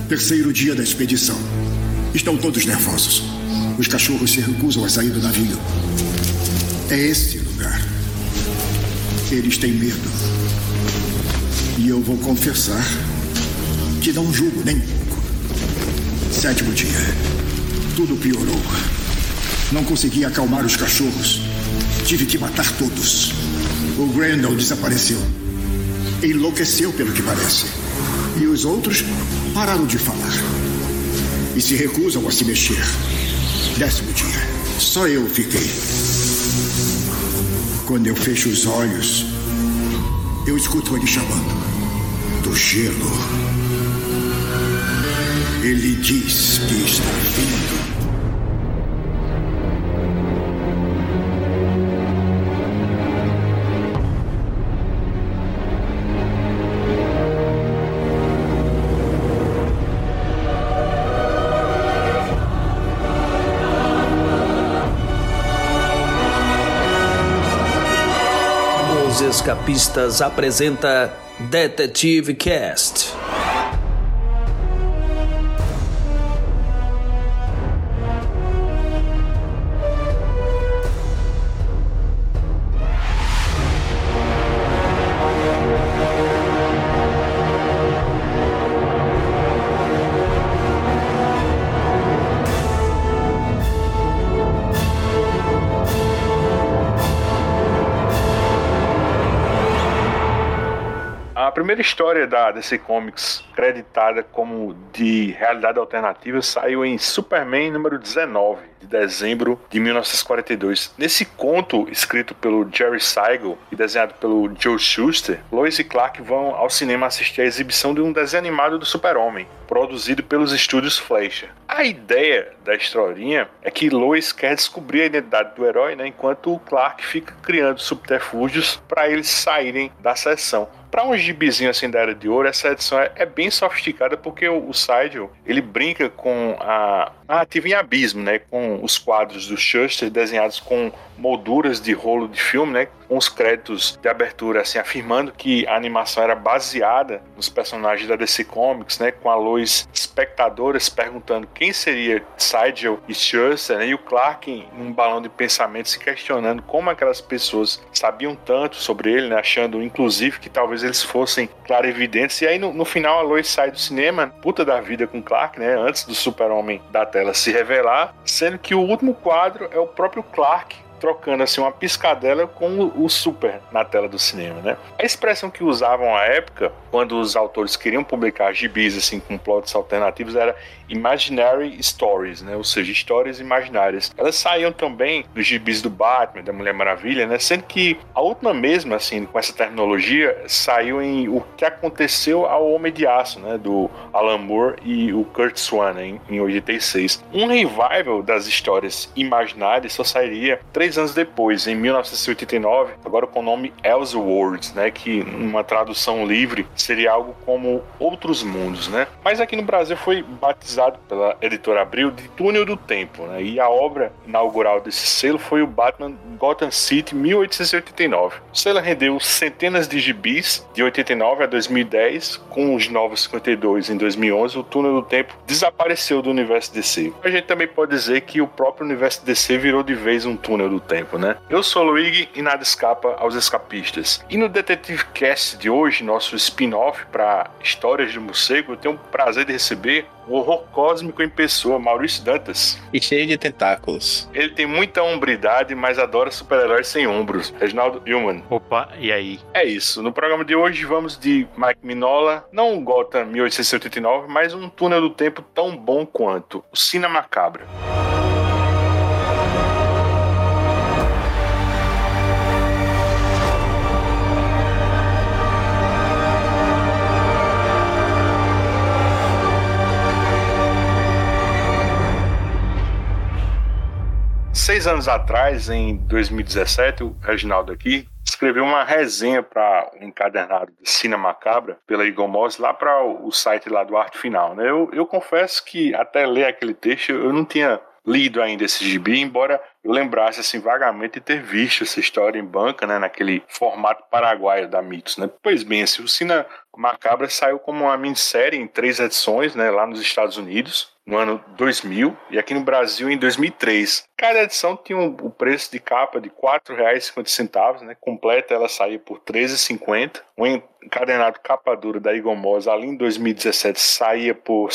Terceiro dia da expedição. Estão todos nervosos. Os cachorros se recusam a sair do navio. É esse lugar. Eles têm medo. E eu vou confessar que não julgo nem pouco. Sétimo dia. Tudo piorou. Não consegui acalmar os cachorros. Tive que matar todos. O Grendel desapareceu. Enlouqueceu, pelo que parece. E os outros pararam de falar. E se recusam a se mexer. 10º dia. Só eu fiquei. Quando eu fecho os olhos, eu escuto ele chamando. Do gelo. Ele diz que está vindo. Os Escapistas apresenta Detetive Cast. A primeira história da DC Comics, creditada como de realidade alternativa, saiu em Superman número 19, de dezembro de 1942. Nesse conto, escrito pelo Jerry Siegel e desenhado pelo Joe Shuster, Lois e Clark vão ao cinema assistir a exibição de um desenho animado do Super-Homem, produzido pelos estúdios Fleischer. A ideia da historinha é que Lois quer descobrir a identidade do herói, né, enquanto o Clark fica criando subterfúgios para eles saírem da sessão. Para um gibizinho assim da Era de Ouro, essa edição é bem sofisticada porque o Siegel, ele brinca com a narrativa em abismo, né, com os quadros do Shuster desenhados com molduras de rolo de filme, né, com os créditos de abertura assim afirmando que a animação era baseada nos personagens da DC Comics, né, com a Lois espectadora se perguntando quem seria Siegel e Shuster, né, e o Clark em um balão de pensamento se questionando como aquelas pessoas sabiam tanto sobre ele, né, achando inclusive que talvez eles fossem clarividentes. E aí no final a Lois sai do cinema puta da vida com Clark, né, antes do Super-Homem da tela se revelar, sendo que o último quadro é o próprio Clark trocando assim uma piscadela com o Super na tela do cinema, né? A expressão que usavam à época, quando os autores queriam publicar gibis assim com plots alternativos, era imaginary stories, né? Ou seja, histórias imaginárias. Elas saíam também dos gibis do Batman, da Mulher Maravilha, né? Sendo que a última mesmo, assim, com essa terminologia, saiu em O que Aconteceu ao Homem de Aço, né? Do Alan Moore e o Curt Swan, né? Em 86. Um revival das histórias imaginárias só sairia 3 anos depois, em 1989, agora com o nome Elseworlds, né, que uma tradução livre seria algo como Outros Mundos, né? Mas aqui no Brasil foi batizado pela editora Abril de Túnel do Tempo, né? E a obra inaugural desse selo foi o Batman Gotham City 1889. O selo rendeu centenas de gibis de 89 a 2010, com os Novos 52 em 2011. O Túnel do Tempo desapareceu do universo DC. A gente também pode dizer que o próprio universo DC virou de vez um túnel do tempo, né? Eu sou o Luigi e nada escapa aos escapistas. E no Detetive Cast de hoje, nosso spin-off para Histórias de Morcego, eu tenho o prazer de receber o horror cósmico em pessoa, Maurício Dantas. E cheio de tentáculos. Ele tem muita hombridade, mas adora super-heróis sem ombros. Reginaldo Hillman. Opa, e aí? É isso. No programa de hoje vamos de Mike Mignola, não o Gotham 1889, mas um túnel do tempo tão bom quanto o Cena Macabra. 6 anos atrás, em 2017, o Reginaldo aqui escreveu uma resenha para o encadernado de Cena Macabra pela Eagle Moss, lá para o site lá do Arte Final, né? Eu confesso que até ler aquele texto eu não tinha lido ainda esse gibi, embora eu lembrasse assim vagamente de ter visto essa história em banca, né, naquele formato paraguaio da Mitos, né? Pois bem, essa Oficina Macabra saiu como uma minissérie em 3 edições, né, lá nos Estados Unidos, no ano 2000, e aqui no Brasil em 2003. Cada edição tinha o preço de capa de R$ 4,50, né? Completa ela saía por R$ 13,50. O encadernado capa dura da Eagle Moss ali em 2017 saía por R$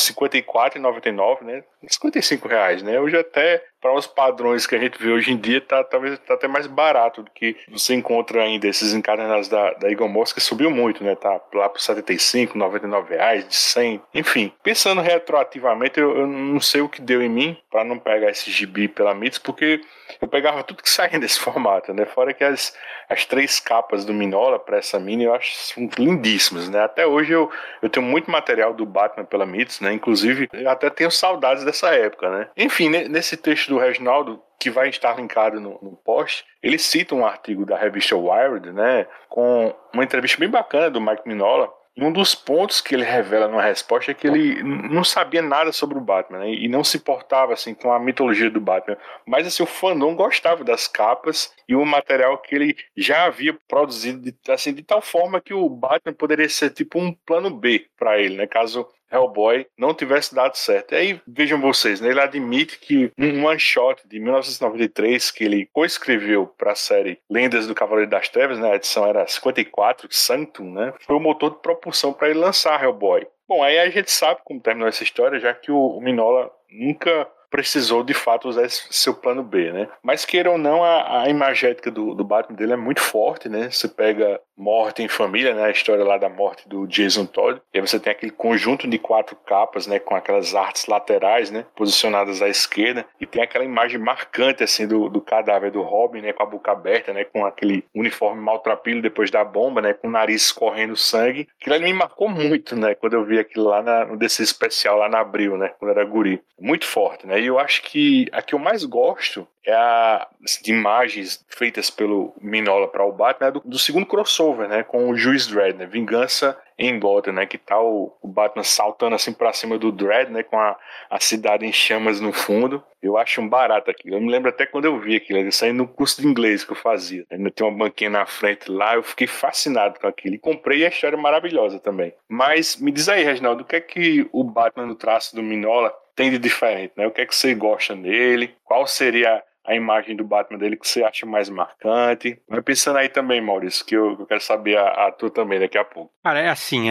54,99, né? R$ 55, né? Hoje até para os padrões que a gente vê hoje em dia talvez tá até mais barato do que você encontra ainda esses encadernados da Eagle Moss, que subiu muito, né? Tá lá por R$ 75, R$ 99, de 100. Enfim, pensando retroativamente, eu não sei o que deu em mim para não pegar esse gibi pela Mitos, porque eu pegava tudo que saía desse formato, né? Fora que as 3 capas do Mignola para essa mini eu acho são lindíssimas, né? Até hoje eu tenho muito material do Batman pela Mitos, né? Inclusive, eu até tenho saudades dessa época, né? Enfim, nesse texto do Reginaldo, que vai estar linkado no post, ele cita um artigo da revista Wired, né? Com uma entrevista bem bacana do Mike Mignola. E um dos pontos que ele revela numa resposta é que ele não sabia nada sobre o Batman, né? E não se importava assim, com a mitologia do Batman. Mas assim, o fandom gostava das capas e o material que ele já havia produzido de tal forma que o Batman poderia ser tipo um plano B para ele, né? Caso Hellboy não tivesse dado certo. E aí, vejam vocês, né, ele admite que um one-shot de 1993 que ele coescreveu para a série Lendas do Cavaleiro das Trevas, né, a edição era 54, Sanctum, né, foi o motor de propulsão para ele lançar Hellboy. Bom, aí a gente sabe como terminou essa história, já que o Mignola nunca precisou de fato usar seu plano B, né? Mas queira ou não, a imagética do Batman dele é muito forte, né? Você pega Morte em Família, né? A história lá da morte do Jason Todd, e aí você tem aquele conjunto de 4 capas, né? Com aquelas artes laterais, né? Posicionadas à esquerda, e tem aquela imagem marcante, assim, do cadáver do Robin, né? Com a boca aberta, né? Com aquele uniforme maltrapilho depois da bomba, né? Com o nariz escorrendo sangue. Aquilo ali me marcou muito, né? Quando eu vi aquilo lá no DC especial, lá na Abril, né? Quando era guri. Muito forte, né? E eu acho que a que eu mais gosto é de imagens feitas pelo Mignola para o Batman, do segundo crossover, né, com o Juiz Dredd, né, Vingança em Gotham, né, que tá o Batman saltando assim para cima do Dredd, né, com a cidade em chamas no fundo. Eu acho um barato aquilo. Eu me lembro até quando eu vi aquilo, eu saí no curso de inglês que eu fazia. Ainda tem uma banquinha na frente lá, eu fiquei fascinado com aquilo. E comprei, a história é maravilhosa também. Mas me diz aí, Reginaldo, o que é que o Batman no traço do Mignola tem de diferente, né? O que é que você gosta nele? Qual seria a imagem do Batman dele que você acha mais marcante? Vai pensando aí também, Maurício, que eu quero saber a tua também daqui a pouco. Cara, é assim,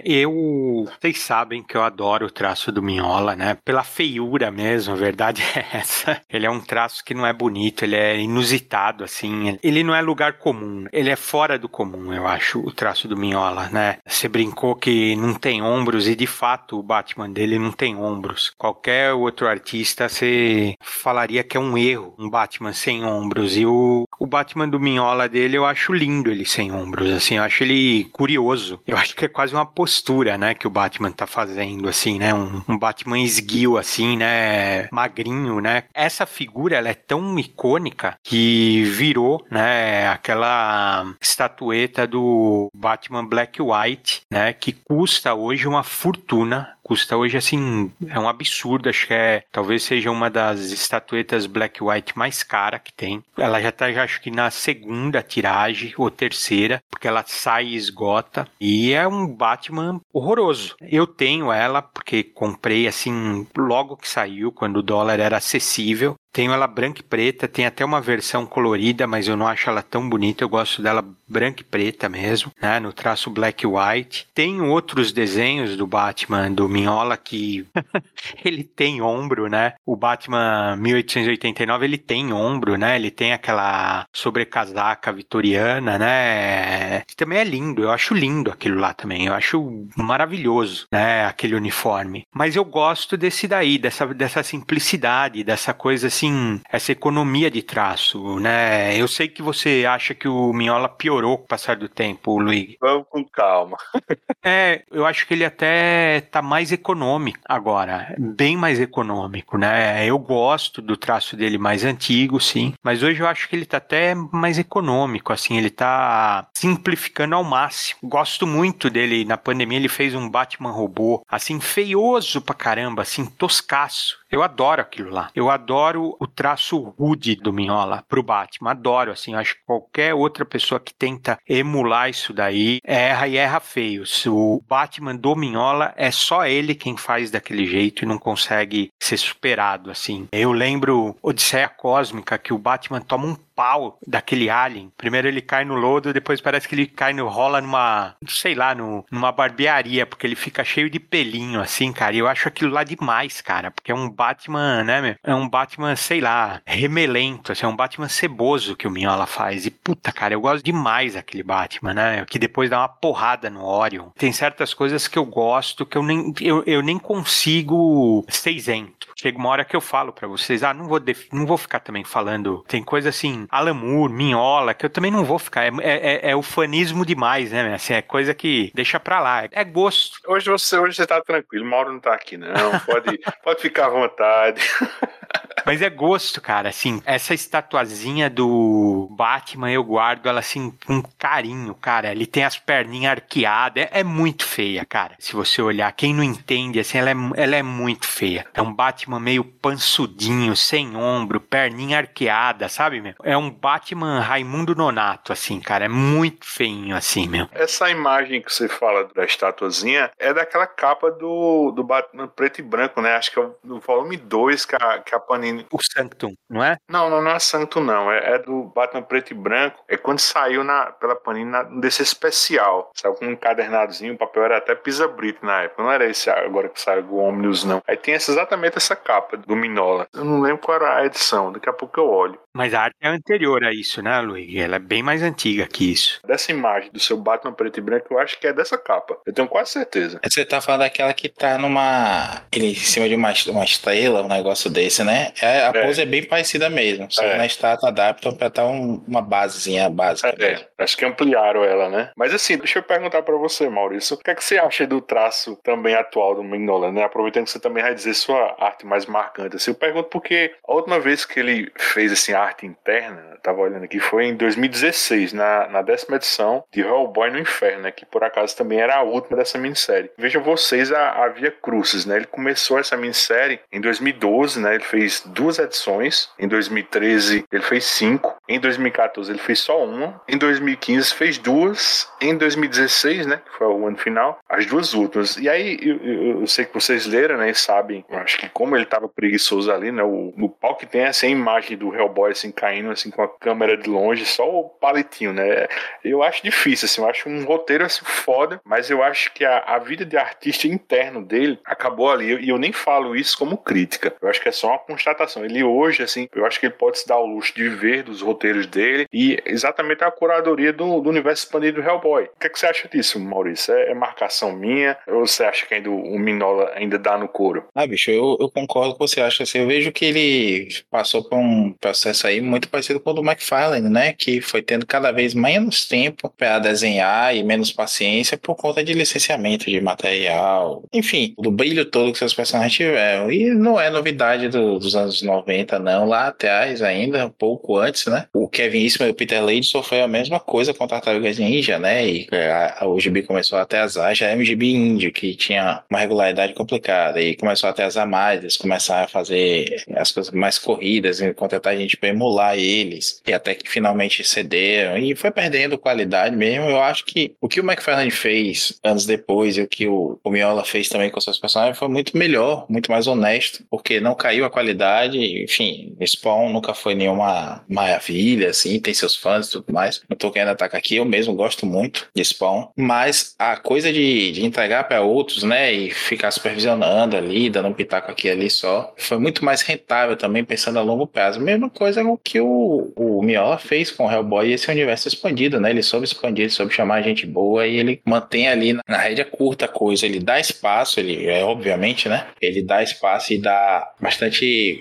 vocês sabem que eu adoro o traço do Mignola, né? Pela feiura mesmo, a verdade é essa. Ele é um traço que não é bonito, ele é inusitado, assim. Ele não é lugar comum, ele é fora do comum, eu acho, o traço do Mignola, né? Você brincou que não tem ombros e, de fato, o Batman dele não tem ombros. Qualquer outro artista, você falaria que é um erro, um Batman sem ombros. E o Batman do Mignola dele, eu acho lindo ele sem ombros, assim. Eu acho ele curioso. Eu acho que é quase uma postura, né, que o Batman tá fazendo, assim, né, um Batman esguio, assim, né, magrinho, né. Essa figura, ela é tão icônica que virou, né, aquela estatueta do Batman Black White, né, que custa hoje uma fortuna. Custa hoje, assim, é um absurdo, acho que talvez seja uma das estatuetas Black White mais cara que tem. Ela já tá, acho que na segunda tiragem, ou terceira, porque ela sai e esgota, e é um Batman horroroso. Eu tenho ela, porque comprei, assim, logo que saiu, quando o dólar era acessível. Tenho ela branca e preta, tem até uma versão colorida, mas eu não acho ela tão bonita, eu gosto dela branca e preta mesmo, né, no traço black e white. Tenho outros desenhos do Batman, do Mignola, que ele tem ombro, né, o Batman 1889, ele tem ombro, né, ele tem aquela sobrecasaca vitoriana, né, que também é lindo, eu acho lindo aquilo lá também, eu acho maravilhoso, né, aquele uniforme. Mas eu gosto desse daí, dessa simplicidade, dessa coisa assim, assim, essa economia de traço, né? Eu sei que você acha que o Mignola piorou com o passar do tempo, Luigi. Vamos com calma. Eu acho que ele até tá mais econômico agora, bem mais econômico, né? Eu gosto do traço dele mais antigo, sim, mas hoje eu acho que ele tá até mais econômico, assim, ele tá simplificando ao máximo. Gosto muito dele, na pandemia ele fez um Batman robô, assim, feioso pra caramba, assim, toscaço. Eu adoro aquilo lá. Eu adoro o traço rude do Mignola pro Batman. Adoro, assim. Acho que qualquer outra pessoa que tenta emular isso daí erra e erra feio. O Batman do Mignola é só ele quem faz daquele jeito e não consegue ser superado, assim. Eu lembro Odisseia Cósmica, que o Batman toma um pau daquele alien. Primeiro ele cai no lodo, depois parece que ele rola numa barbearia, porque ele fica cheio de pelinho, assim, cara. E eu acho aquilo lá demais, cara, porque é um Batman, né, meu? É um Batman, sei lá, remelento, assim, é um Batman ceboso que o Mignola faz. E puta, cara, eu gosto demais daquele Batman, né? Que depois dá uma porrada no Orion. Tem certas coisas que eu gosto que eu nem consigo ser isento. Chega uma hora que eu falo pra vocês, não vou ficar também falando, tem coisa assim, Alan Moore, Mignola, que eu também não vou ficar, é ufanismo demais, né, assim, é coisa que deixa pra lá, é gosto. Hoje você tá tranquilo, Mauro não tá aqui não, pode ficar à vontade. Mas é gosto, cara, assim, essa estatuazinha do Batman eu guardo ela assim com carinho, cara, ele tem as perninhas arqueadas, é muito feia, cara, se você olhar, quem não entende, assim, ela é muito feia, é um Batman meio pansudinho, sem ombro, perninha arqueada, sabe, meu? É um Batman Raimundo Nonato, assim, cara, é muito feinho, assim, meu. Essa imagem que você fala da estatuazinha é daquela capa do Batman preto e branco, né, acho que é do volume 2 que a Panini... O Sanctum, não é? Não é Sanctum, não. É do Batman preto e branco. É quando saiu pela Panini desse especial. Saiu com um encadernadozinho, o papel era até pisa-brito na época. Não era esse agora que saiu do Omnius, não. Aí tem exatamente essa capa do Mignola. Eu não lembro qual era a edição. Daqui a pouco eu olho. Mas a arte é anterior a isso, né, Luigi? Ela é bem mais antiga que isso. Dessa imagem do seu Batman preto e branco, eu acho que é dessa capa. Eu tenho quase certeza. Você tá falando daquela que tá em cima de uma estrela, um negócio desse, né? A pose é bem parecida mesmo. Só que na estátua adaptam pra estar uma basezinha básica. Acho que ampliaram ela, né? Mas assim, deixa eu perguntar pra você, Maurício. O que é que você acha do traço também atual do Mignola, né? Aproveitando que você também vai dizer sua arte mais marcante. Assim, eu pergunto porque a última vez que ele fez assim, a arte interna, eu tava olhando aqui, foi em 2016, na 10ª edição de Hellboy no Inferno, né? Que por acaso também era a última dessa minissérie. Vejam vocês a Via Crucis, né? Ele começou essa minissérie em 2012, né? Ele fez 2 edições. Em 2013 ele fez 5. Em 2014 ele fez só 1. Em 2015 fez 2. Em 2016, né? Que foi o ano final, as 2 últimas. E aí eu sei que vocês leram, né? E sabem, eu acho que como ele tava preguiçoso ali, né? No pau que tem essa imagem do Hellboy assim caindo assim com a câmera de longe, só o palitinho, né? Eu acho difícil, assim, eu acho um roteiro assim foda, mas eu acho que a vida de artista interno dele acabou ali. E eu nem falo isso como crítica. Eu acho que é só uma constatação. Ele hoje, assim, eu acho que ele pode se dar o luxo de viver dos roteiros dele e exatamente a curadoria do universo expandido do Hellboy. O que é que você acha disso, Maurício? É marcação minha? Ou você acha que ainda o Mignola ainda dá no couro? Bicho, eu concordo com você. Acho assim, eu vejo que ele passou por um processo aí muito parecido com o do McFarlane, né? Que foi tendo cada vez menos tempo para desenhar e menos paciência por conta de licenciamento de material. Enfim, do brilho todo que seus personagens tiveram. E não é novidade dos anos 90, não. Lá atrás ainda, um pouco antes, né? O Kevin Eastman e o Peter Laird sofreram a mesma coisa com Tartarugas Ninja, né? E o gibi começou a atrasar. Já era um gibi índio, que tinha uma regularidade complicada. E começou a atrasar mais. Eles começaram a fazer as coisas mais corridas, e contratar gente para emular eles. E até que finalmente cederam. E foi perdendo qualidade mesmo. Eu acho que o que o McFarlane fez anos depois e o que o Mignola fez também com seus personagens foi muito melhor, muito mais honesto, porque não caiu a qualidade. Enfim, Spawn nunca foi nenhuma maravilha, assim, tem seus fãs e tudo mais. Não tô querendo atacar aqui, eu mesmo gosto muito de Spawn, mas a coisa de entregar para outros, né, e ficar supervisionando ali, dando um pitaco aqui e ali só, foi muito mais rentável também, pensando a longo prazo. Mesma coisa que o Mignola fez com o Hellboy e esse universo expandido, né, ele soube expandir, ele soube chamar gente boa e ele mantém ali na rédea curta a coisa, ele dá espaço, ele obviamente, né, ele dá espaço e dá bastante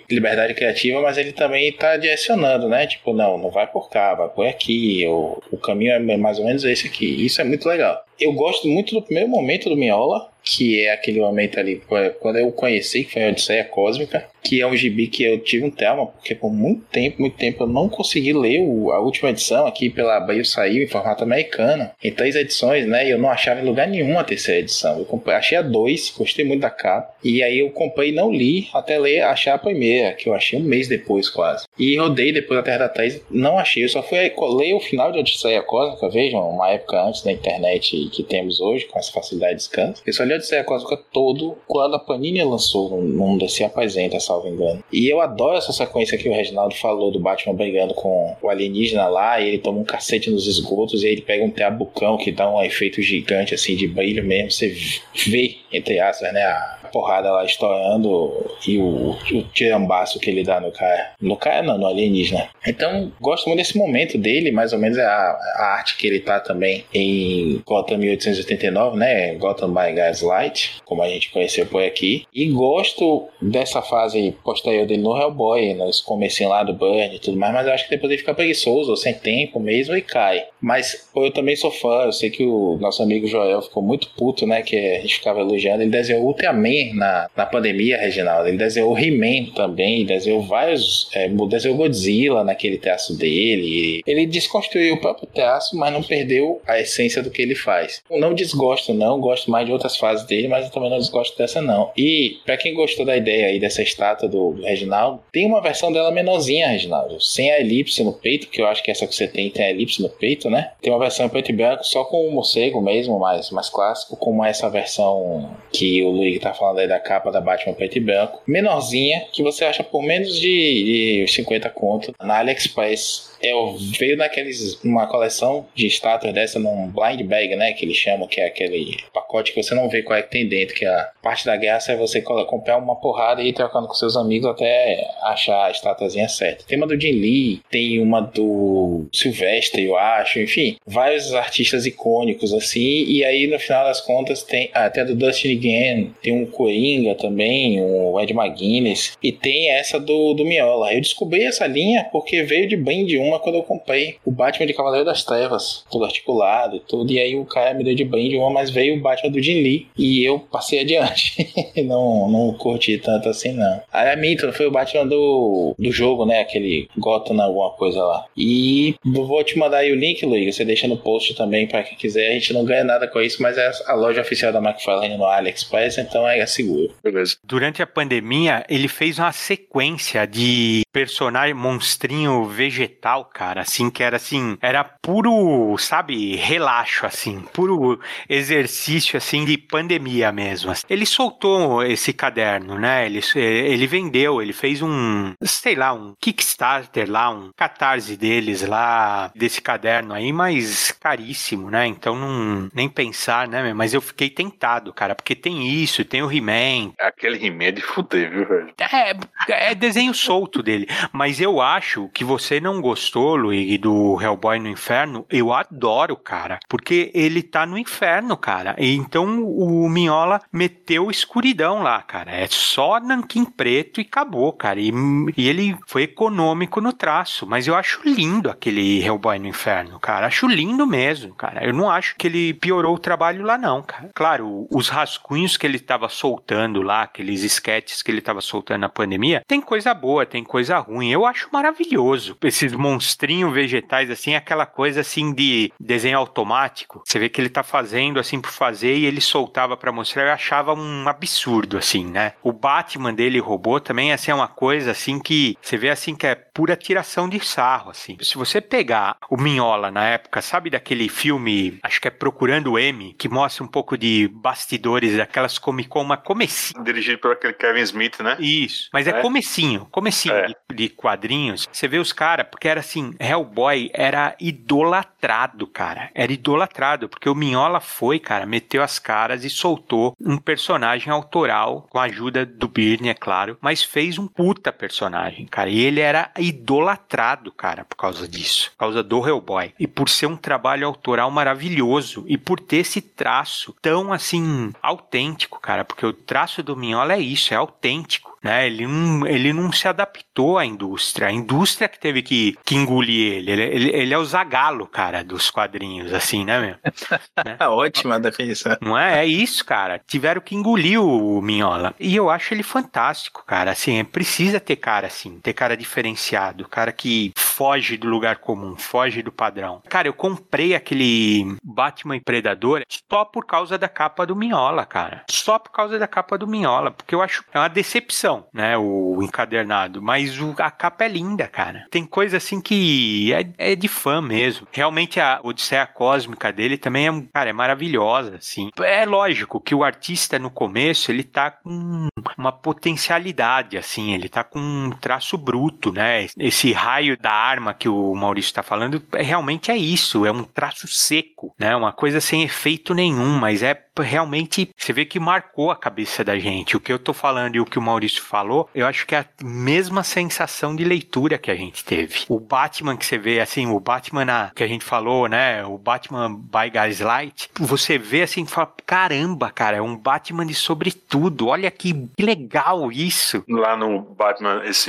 liberdade criativa, mas ele também tá direcionando, né? Tipo, não vai por cá, vai por aqui, o caminho é mais ou menos esse aqui. Isso é muito legal. Eu gosto muito do primeiro momento do Mignola, que é aquele momento ali, quando eu conheci, que foi a Odisseia Cósmica, que é um gibi que eu tive um trauma, porque por muito tempo eu não consegui ler a última edição aqui pela Abril, saiu em formato americano, em 3 edições, né, e eu não achava em lugar nenhum a terceira edição. Eu comprei, achei a 2, gostei muito da capa, e aí eu comprei e não li, até achar a primeira, que eu achei um mês depois quase. E rodei depois da Terra da 3, não achei, eu só fui ler o final de Odisseia Cósmica, vejam, uma época antes da internet que temos hoje, com essa facilidade de scan. Eu só li a Odisseia Cósmica todo quando a Panini lançou, num desse apresenta, salvo engano. E eu adoro essa sequência que o Reginaldo falou do Batman brigando com o alienígena lá, e ele toma um cacete nos esgotos, e aí ele pega um teabucão que dá um efeito gigante, assim, de brilho mesmo. Você vê, entre aspas, né, a porrada lá estourando e o tirambaço que ele dá no cara. No cara não, no alienígena. Então, gosto muito desse momento dele, mais ou menos é a arte que ele tá também em Gotham 1889, né? Gotham by Gaslight, como a gente conheceu por aqui. E gosto dessa fase posterior dele no Hellboy, nesse comecinho lá do Burn e tudo mais, mas eu acho que depois ele fica preguiçoso, ou sem tempo mesmo, e cai. Mas eu também sou fã, eu sei que o nosso amigo Joel ficou muito puto, né? Que a gente ficava elogiando. Ele desenhou Ultraman na pandemia, Reginaldo. Ele desenhou He-Man também, desenhou vários, desenhou Godzilla naquele traço dele. Ele desconstruiu o próprio traço, mas não perdeu a essência do que ele faz. Eu não desgosto, não, gosto mais de outras fases dele, mas eu também não desgosto dessa, não. E pra quem gostou da ideia aí dessa estátua do Reginaldo, tem uma versão dela menorzinha, Reginaldo, sem a elipse no peito, que eu acho que essa que você tem a elipse no peito, né? Tem uma versão em preto e branco só com o morcego mesmo, mais clássico, como essa versão que o Luigi tá falando aí da capa da Batman preto e branco, menorzinha, que você acha por menos de 50 conto na AliExpress. Veio uma coleção de estátuas dessa num blind bag, né, que eles chamam, que é aquele pacote que você não vê qual é que tem dentro, que a parte da graça é você comprar uma porrada e ir trocando com seus amigos até achar a estátuazinha certa. Tem uma do Jim Lee, tem uma do Sylvester, eu acho, enfim, vários artistas icônicos assim, e aí no final das contas tem até a do Dustin Nguyen, tem um Coringa também, um Ed McGuinness, e tem essa do Mignola. Eu descobri essa linha porque veio de bem de uma quando eu comprei o Batman de Cavaleiro das Trevas, todo articulado e tudo, e aí o cara me deu de brinde uma, mas veio o Batman do Jim Lee e eu passei adiante. não curti tanto assim, não. Aí a minha foi o Batman do jogo, né, aquele Gotham alguma coisa lá. E vou te mandar aí o link, Luiz, você deixa no post também pra quem quiser. A gente não ganha nada com isso, mas é a loja oficial da McFarlane no AliExpress, então é seguro. Beleza. Durante a pandemia, ele fez uma sequência de personagem monstrinho vegetal, cara, assim, que era assim, era puro, sabe, relaxo, assim, puro exercício, assim, de pandemia mesmo. Ele soltou esse caderno, né, ele vendeu, ele fez um Kickstarter lá, um catarse deles lá, desse caderno aí, mas caríssimo, né, então nem pensar, né, mas eu fiquei tentado, cara, porque tem isso, tem o He-Man. Aquele He-Man é de fuder, viu, velho? É desenho solto dele, mas eu acho que você não gostou, Luigi, do Hellboy no Inferno. Eu adoro, cara, porque ele tá no inferno, cara, e então o Mignola meteu escuridão lá, cara, é só nanquim preto e acabou, cara, e ele foi econômico no traço, mas eu acho lindo aquele Hellboy no Inferno, cara, acho lindo mesmo, cara, eu não acho que ele piorou o trabalho lá não, cara. Claro, os rascunhos que ele tava soltando lá, aqueles sketches que ele tava soltando na pandemia, tem coisa boa, tem coisa ruim, eu acho maravilhoso, esses monstrinhos vegetais assim, aquela coisa assim de desenho automático, você vê que ele tá fazendo assim por fazer e ele soltava pra mostrar, eu achava um absurdo assim, né? O Batman dele robô também assim, é uma coisa assim que você vê assim que é pura tiração de sarro assim. Se você pegar o Mignola na época, sabe daquele filme, acho que é Procurando M, que mostra um pouco de bastidores daquelas Comic-Con, uma comecinho. Dirigido por aquele Kevin Smith, né? Isso, mas é comecinho de quadrinhos. Você vê os caras, porque era assim, Hellboy era idolatrado, cara. Era idolatrado, porque o Mignola foi, cara, meteu as caras e soltou um personagem autoral, com a ajuda do Byrne, é claro, mas fez um puta personagem, cara. E ele era idolatrado, cara, por causa disso, por causa do Hellboy. E por ser um trabalho autoral maravilhoso, e por ter esse traço tão, assim, autêntico, cara, porque o traço do Mignola é isso, é autêntico. né? Ele não se adaptou à indústria. A indústria que teve que engolir ele. Ele é o Zagalo, cara, dos quadrinhos, assim, né, meu? Né? Ótima definição. Não é? É isso, cara. Tiveram que engolir o Mignola. E eu acho ele fantástico, cara. Assim, precisa ter cara assim, ter cara diferenciado, cara que foge do lugar comum, foge do padrão. Cara, eu comprei aquele Batman e Predador só por causa da capa do Mignola, cara. Só por causa da capa do Mignola, porque eu acho é uma decepção, né, o encadernado, mas a capa é linda, cara. Tem coisa assim que é de fã mesmo. Realmente a Odisseia Cósmica dele também é maravilhosa, assim. É lógico que o artista no começo, ele tá com uma potencialidade, assim, ele tá com um traço bruto, né? Esse raio da arma que o Maurício tá falando, realmente é isso, é um traço seco, né? Uma coisa sem efeito nenhum, mas realmente, você vê que marcou a cabeça da gente. O que eu tô falando e o que o Maurício falou, eu acho que é a mesma sensação de leitura que a gente teve. O Batman que você vê, assim, o Batman que a gente falou, né? O Batman by Gaslight, você vê assim e fala, caramba, cara, é um Batman de sobretudo, olha que legal isso. Lá no Batman, esse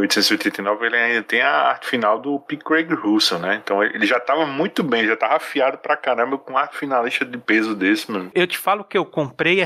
1889, ele ainda tem a arte final do P. Craig Russell, né? Então ele já tava muito bem, já tava afiado pra caramba com arte finalista de peso desse, mano. Eu te falo que eu comprei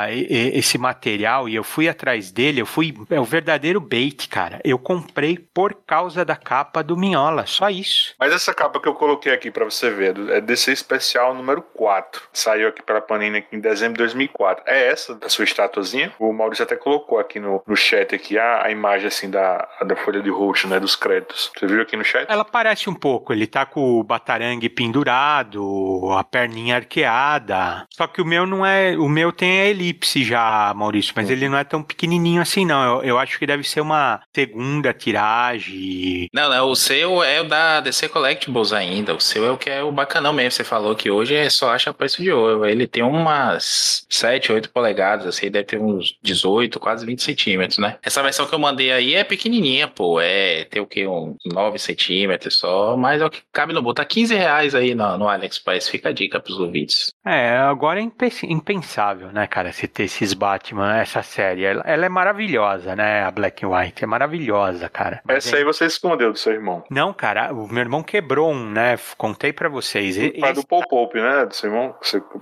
esse material e eu fui atrás dele, é o verdadeiro bait, cara. Eu comprei por causa da capa do Mignola, só isso. Mas essa capa que eu coloquei aqui pra você ver, é DC Especial número 4. Saiu aqui pela Panini aqui em dezembro de 2004. É essa da sua estatuazinha? O Maurício até colocou aqui no chat aqui a imagem assim da folha de roxo, né, dos créditos. Você viu aqui no chat? Ela parece um pouco, ele tá com o batarangue pendurado, a perninha arqueada. Só que o meu não é, o meu tem a elipse já, Maurício, mas ele não é tão pequenininho assim não. Eu acho que deve ser uma segunda tiragem. Não, o seu é o da DC Collectibles ainda. O seu é o que é o bacanão mesmo. Você falou que hoje só acha preço de ouro. Ele tem umas 7, 8 polegadas, assim, deve ter uns 18, quase 20 centímetros, né? Essa versão que eu mandei aí é pequenininha, pô. Tem o que? Uns 9 centímetros só, mas é o que cabe no bolso. Tá R$15 aí no AliExpress. Fica a dica pros ouvintes. Agora é impensável, né, cara, se ter esses Batman, essa série. Ela é maravilhosa, né, a Black and White. É maravilhosa, cara. Mas essa aí você escondeu do seu irmão. Não, cara, o meu irmão quebrou um, né? Contei pra vocês. Do Paul Pope, né, do seu irmão?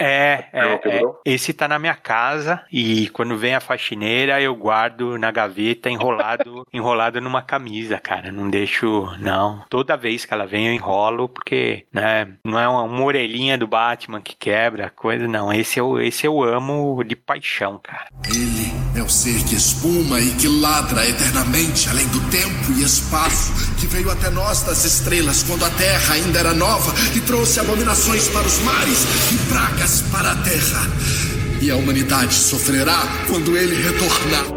Esse tá na minha casa e quando vem a faxineira eu guardo na gaveta enrolado numa camisa, cara. Não deixo, não. Toda vez que ela vem eu enrolo porque, né, não é uma orelhinha do Batman que quebra, coisa, não. Esse eu amo de paixão, cara. Ele é o ser que espuma e que ladra eternamente além do tempo e espaço, que veio até nós das estrelas quando a terra ainda era nova e trouxe abominações para os mares e pragas para a terra. E a humanidade sofrerá quando ele retornar.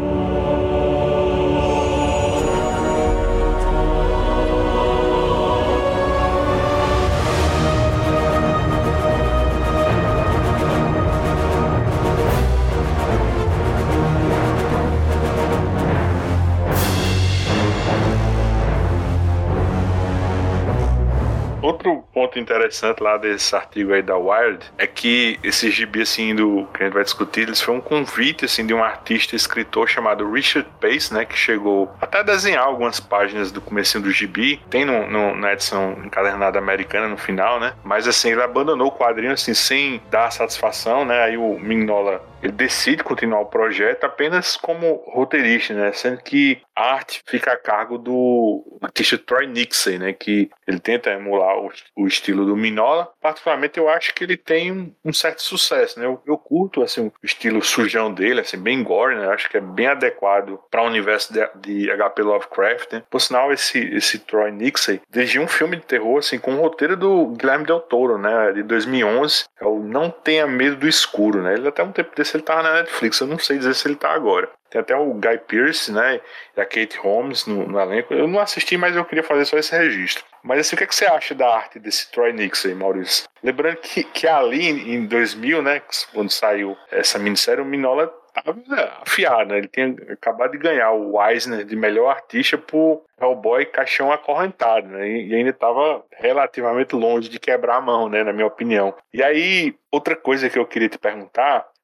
Outro ponto interessante lá desse artigo aí da Wired é que esse gibi, assim, que a gente vai discutir, eles foi um convite, assim, de um artista escritor chamado Richard Pace, né, que chegou até a desenhar algumas páginas do comecinho do gibi, tem na edição encadernada americana no final, né, mas, assim, ele abandonou o quadrinho, assim, sem dar satisfação, né, aí o Mignola, ele decide continuar o projeto apenas como roteirista, né, sendo que a arte fica a cargo do artista Troy Nixon, né, que ele tenta emular o estilo do Mignola. Particularmente eu acho que ele tem um certo sucesso, né, eu curto, assim, o estilo sujão dele, assim, bem gore, né, eu acho que é bem adequado para o universo de H.P. Lovecraft, né. Por sinal, esse Troy Nixon dirigiu um filme de terror, assim, com o roteiro do Guilherme Del Toro, né, de 2011, é o Não Tenha Medo do Escuro, né, ele até um tempo desse ele tava na Netflix, eu não sei dizer se ele tá agora. Tem até o Guy Pearce, né, e a Kate Holmes no elenco. Eu não assisti, mas eu queria fazer só esse registro. Mas assim, o que você acha da arte desse Troy Nixon, Maurício? Lembrando que ali em 2000, né, quando saiu essa minissérie, o Mignola estava afiado, né? Ele tinha acabado de ganhar o Eisner de melhor artista por Hellboy Caixão Acorrentado, né? E ainda estava relativamente longe de quebrar a mão, né, na minha opinião. E aí, outra coisa que eu queria te perguntar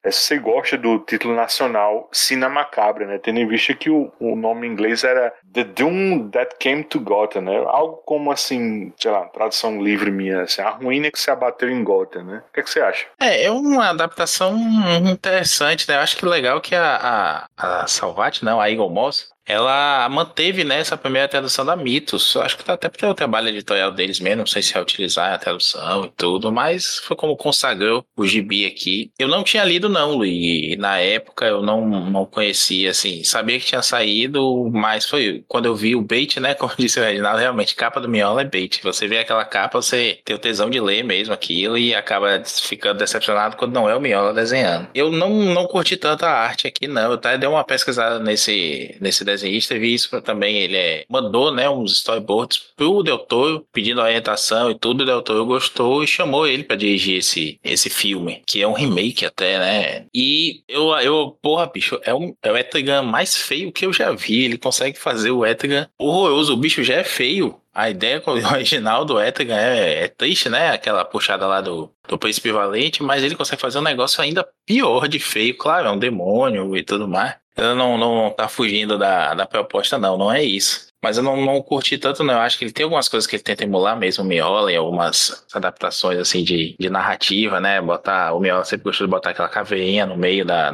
se você gosta do título nacional Cena Macabra, né? Tendo em vista que o nome em inglês era The Doom That Came to Gotham, né? Algo como assim, sei lá, tradução livre minha, assim, a ruína que se abateu em Gotham, né? O que você acha? É uma adaptação interessante, né? Eu acho que legal que a Salvat, não, a Eagle Moss, ela manteve, né, essa primeira tradução da Mythos. Eu acho que tá até pelo trabalho editorial deles mesmo, não sei se é utilizar a tradução e tudo, mas foi como consagrou o gibi aqui. Eu não tinha lido não, Luiz, e na época eu não conhecia, assim, sabia que tinha saído, mas foi quando eu vi o bait, né, como disse o Reginaldo, realmente, capa do Mignola é bait. Você vê aquela capa, você tem o tesão de ler mesmo aquilo e acaba ficando decepcionado quando não é o Mignola desenhando. Eu não curti tanto a arte aqui, não. Eu até dei uma pesquisada nesse desenhista e vi isso também. Ele mandou, né, uns storyboards pro Del Toro, pedindo orientação e tudo. O Del Toro gostou e chamou ele pra dirigir esse filme, que é um remake até, né? E porra, bicho, é o Etrigan mais feio que eu já vi. Ele consegue fazer o Etrigan horroroso. O bicho já é feio. A ideia original do Etrigan é triste, né? Aquela puxada lá do Príncipe Valente, mas ele consegue fazer um negócio ainda pior de feio. Claro, é um demônio e tudo mais. Ela não tá fugindo da proposta, não é isso. Mas eu não curti tanto, não. Eu acho que ele tem algumas coisas que ele tenta emular mesmo, o Mignola, em algumas adaptações, assim, de narrativa, né? O Mignola sempre gostou de botar aquela caveirinha no meio da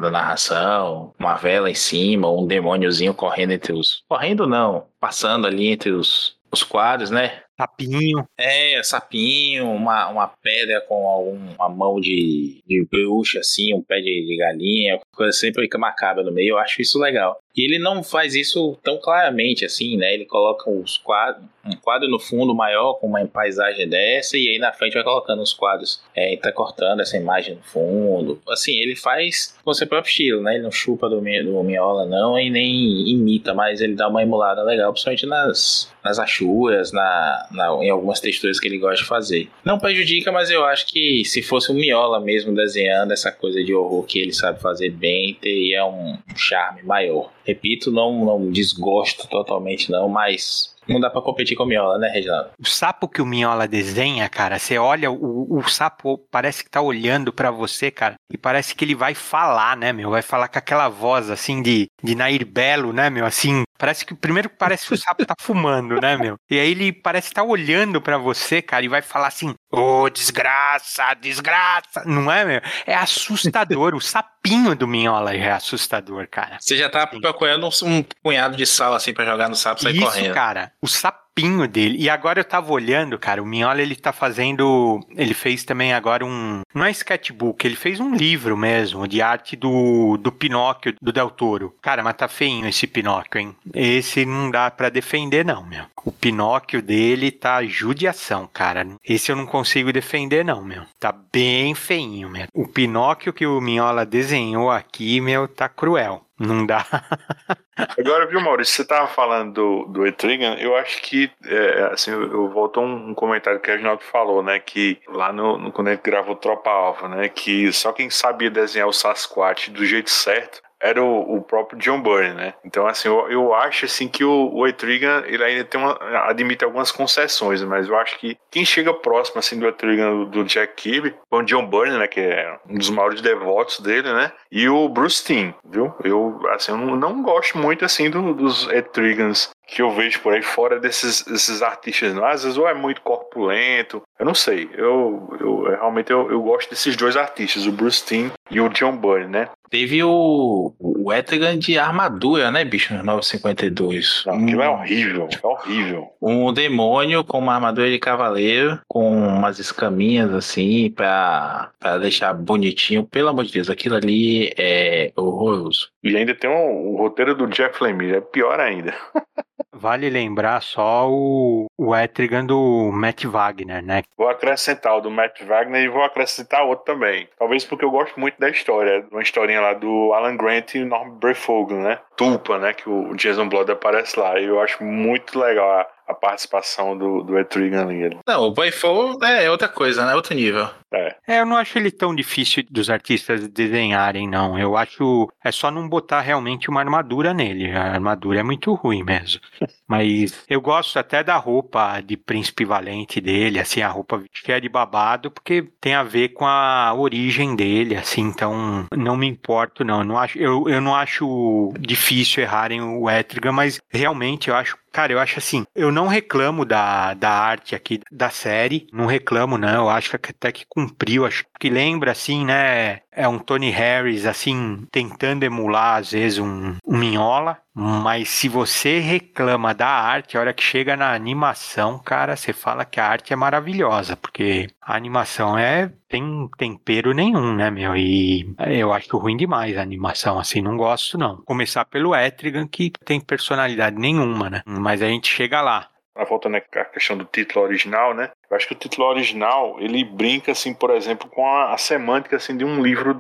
narração, uma vela em cima, um demôniozinho correndo correndo não, passando ali entre os quadros, né? Sapinho. Sapinho, uma pedra com uma mão de bruxa, assim, um pé de galinha, coisa sempre macabra no meio. Eu acho isso legal. E ele não faz isso tão claramente, assim, né? Ele coloca um quadro no fundo maior, com uma paisagem dessa, e aí na frente vai colocando os quadros, entrecortando essa imagem no fundo. Assim, ele faz com o seu próprio estilo, né? Ele não chupa do Mignola, não, e nem imita, mas ele dá uma emulada legal, principalmente nas achuras, em algumas texturas que ele gosta de fazer. Não prejudica, mas eu acho que se fosse o Mignola mesmo desenhando essa coisa de horror que ele sabe fazer bem, teria um charme maior. Repito, não desgosto totalmente não, mas não dá pra competir com o Mignola, né, Reginaldo? O sapo que o Mignola desenha, cara, você olha, o sapo parece que tá olhando pra você, cara, e parece que ele vai falar, né, meu? Vai falar com aquela voz, assim, de Nair Belo, né, meu? Assim, parece que o sapo tá fumando, né, meu? E aí ele parece estar olhando pra você, cara, e vai falar assim, ô, desgraça, desgraça, não é, meu? É assustador, o sapinho do Mignola é assustador, cara. Você já tá procurando um punhado de sal, assim, pra jogar no sapo e sair correndo. Isso, cara, o sapinho dele. E agora eu tava olhando, cara, o Mignola, ele fez também agora não é sketchbook, ele fez um livro mesmo, de arte do Pinóquio, do Del Toro. Cara, mas tá feinho esse Pinóquio, hein? Esse não dá pra defender, não, meu. O Pinóquio dele tá judiação, cara. Esse eu não consigo defender, não, meu. Tá bem feinho, meu. O Pinóquio que o Mignola desenhou aqui, meu, tá cruel. Não dá. Agora, viu, Maurício, você tava falando do Etrigan, eu acho que, assim, eu volto a um comentário que o Reginaldo falou, né, que lá quando ele gravou Tropa Alpha, né, que só quem sabia desenhar o Sasquatch do jeito certo era o próprio John Byrne, né? Então, assim, eu acho, assim, que o Etrigan, ele ainda admite algumas concessões, mas eu acho que quem chega próximo, assim, do Etrigan do Jack Kirby, foi o John Byrne, né, que é um dos maiores devotos dele, né? E o Bruce Timm, viu? Eu não gosto muito, assim, dos Etrigans que eu vejo por aí fora desses artistas, não? Às vezes ou é muito corpulento, eu não sei, eu realmente gosto desses dois artistas, o Bruce Timm e o John Byrne, né? Teve o Etrigan de armadura, né, bicho, no 952. Não, aquilo é horrível, é horrível. Um demônio com uma armadura de cavaleiro, com umas escaminhas assim, pra deixar bonitinho. Pelo amor de Deus, aquilo ali é horroroso. E ainda tem o roteiro do Jeff Lemire, é pior ainda. Vale lembrar só o Etrigan do Matt Wagner, né? Vou acrescentar o do Matt Wagner e vou acrescentar outro também. Talvez porque eu gosto muito da história. Uma historinha lá do Alan Grant e Norm Breyfogle, né? Tulpa, né? Que o Jason Blood aparece lá. E eu acho muito legal a participação do Etrigan ali. Não, o Breyfogle é outra coisa, né? Outro nível. Eu não acho ele tão difícil dos artistas desenharem, não. Eu acho... É só não botar realmente uma armadura nele. A armadura é muito ruim mesmo. Mas eu gosto até da roupa de Príncipe Valente dele, assim, a roupa cheia de babado, porque tem a ver com a origem dele, assim, então não me importo, não. Eu não acho difícil errarem o Etrigan, mas realmente eu acho. Cara, eu acho assim, eu não reclamo da arte aqui da série, não reclamo, não, eu acho que até que cumpriu, acho que lembra, assim, né, é um Tony Harris, assim, tentando emular, às vezes, um Mignola, mas se você reclama da arte, a hora que chega na animação, cara, você fala que a arte é maravilhosa, porque a animação tem tempero nenhum, né, meu, e eu acho ruim demais a animação, assim, não gosto, não. Começar pelo Etrigan, que tem personalidade nenhuma, né, mas a gente chega lá. Voltando à questão do título original, né? Eu acho que o título original, ele brinca, assim, por exemplo, com a semântica, assim, de um livro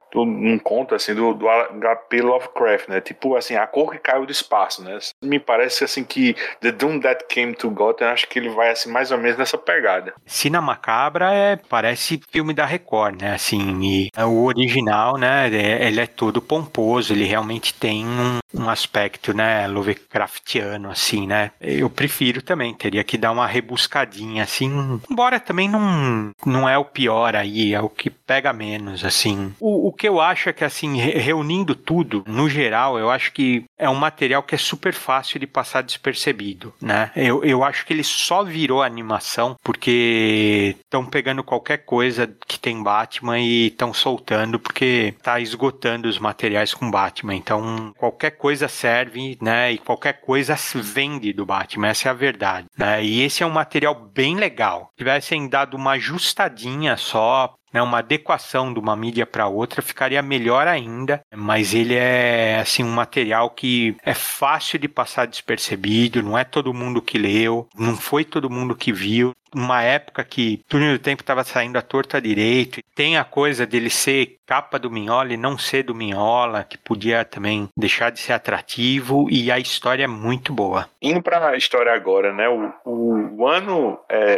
um conto, assim, do H.P. Lovecraft, né? Tipo, assim, A Cor que Caiu do Espaço, né? Me parece, assim, que The Doom That Came to Gotham, acho que ele vai, assim, mais ou menos nessa pegada. Cena Macabra parece filme da Record, né? Assim, e o original, né? Ele é todo pomposo, ele realmente tem um aspecto, né? Lovecraftiano, assim, né? Eu prefiro também, teria que dar uma rebuscadinha, assim, embora também não é o pior aí, é o que pega menos, assim. O que eu acho é que, assim, reunindo tudo, no geral, eu acho que é um material que é super fácil de passar despercebido, né? Eu acho que ele só virou animação porque estão pegando qualquer coisa que tem Batman e estão soltando porque tá esgotando os materiais com Batman. Então, qualquer coisa serve, né? E qualquer coisa vende do Batman, essa é a verdade, né? E esse é um material bem legal. Se tivessem dado uma ajustadinha só, né, uma adequação de uma mídia para outra, ficaria melhor ainda, mas ele é, assim, um material que é fácil de passar despercebido, não é todo mundo que leu, não foi todo mundo que viu. Numa época que Túnel do Tempo estava saindo à torta à direito, e tem a coisa dele ser capa do Mignola e não ser do Mignola, que podia também deixar de ser atrativo, e a história é muito boa. Indo para a história agora, né? O ano é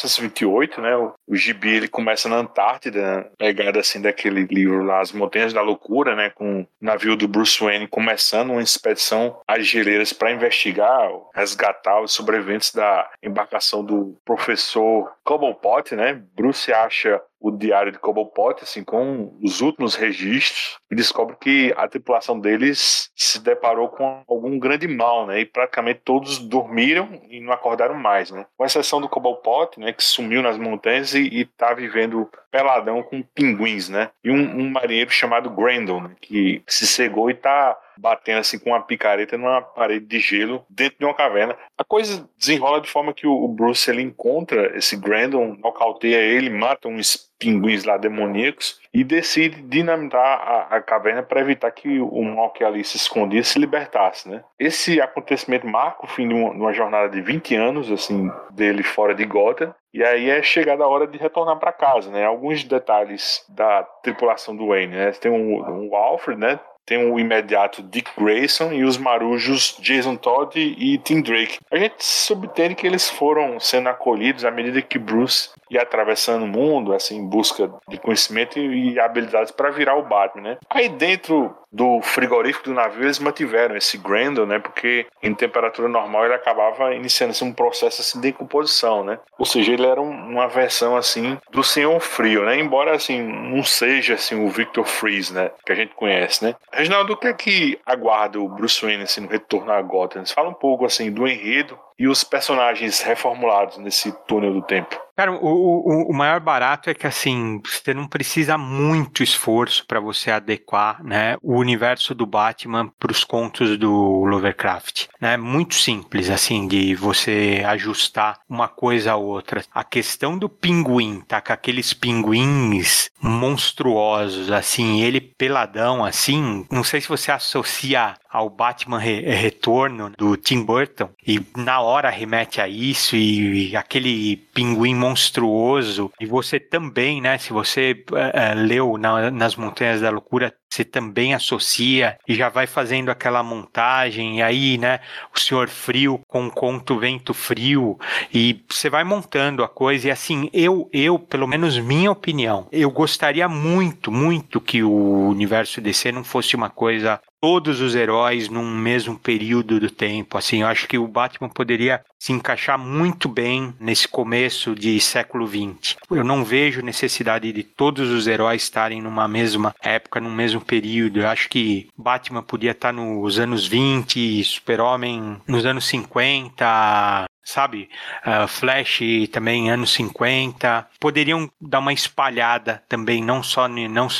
1928, né? O gibi ele começa na Antártida, pegada assim daquele livro lá, As Montanhas da Loucura, né? Com o navio do Bruce Wayne começando uma expedição às geleiras para investigar, resgatar os sobreviventes da embarcação do professor Cobblepot, né? Bruce acha o diário de Cobblepot, assim, com os últimos registros, e descobre que a tripulação deles se deparou com algum grande mal, né? E praticamente todos dormiram e não acordaram mais, né? Com exceção do Cobblepot, né? Que sumiu nas montanhas e tá vivendo peladão com pinguins, né? E um marinheiro chamado Grendel, né? Que se cegou e tá batendo assim com uma picareta numa parede de gelo dentro de uma caverna. A coisa desenrola de forma que o Bruce ele encontra esse Grendel, nocauteia ele, mata uns pinguins lá demoníacos e decide dinamitar a caverna para evitar que o mal que ali se escondia se libertasse, né? Esse acontecimento marca o fim de uma jornada de 20 anos assim dele fora de Gotham. E aí é chegada a hora de retornar para casa, né? Alguns detalhes da tripulação do Wayne, né? Tem o Alfred, né? Tem o imediato Dick Grayson e os marujos Jason Todd e Tim Drake. A gente subentende que eles foram sendo acolhidos à medida que Bruce ia atravessando o mundo, assim, em busca de conhecimento e habilidades para virar o Batman, né? Aí dentro do frigorífico do navio eles mantiveram esse Grendel, né? Porque em temperatura normal ele acabava iniciando assim, um processo assim, de decomposição, né? Ou seja, ele era uma versão assim do Senhor Frio, né? Embora assim não seja assim o Victor Freeze, né? Que a gente conhece, né? Reginaldo, o que é que aguarda o Bruce Wayne assim, no retorno a Gotham? Fala um pouco assim do enredo e os personagens reformulados nesse túnel do tempo. Cara, o maior barato é que, assim, você não precisa muito esforço para você adequar, né, o universo do Batman para os contos do Lovecraft, né? Muito simples, assim, de você ajustar uma coisa a outra. A questão do pinguim, tá? Com aqueles pinguins monstruosos, assim, ele peladão, assim, não sei se você associa ao Batman Retorno do Tim Burton, e na hora remete a isso, e aquele pinguim monstruoso. E você também, né, se você leu nas Montanhas da Loucura, você também associa e já vai fazendo aquela montagem, e aí, né, o Senhor Frio com o conto Vento Frio, e você vai montando a coisa. E assim, eu pelo menos minha opinião, eu gostaria muito, muito que o universo DC não fosse uma coisa, todos os heróis num mesmo período do tempo. Assim, eu acho que o Batman poderia se encaixar muito bem nesse começo de século XX. Eu não vejo necessidade de todos os heróis estarem numa mesma época, num mesmo período. Eu acho que Batman podia estar nos anos 20, Super-Homem nos anos 50, sabe? Flash também anos 50. Poderiam dar uma espalhada também, não só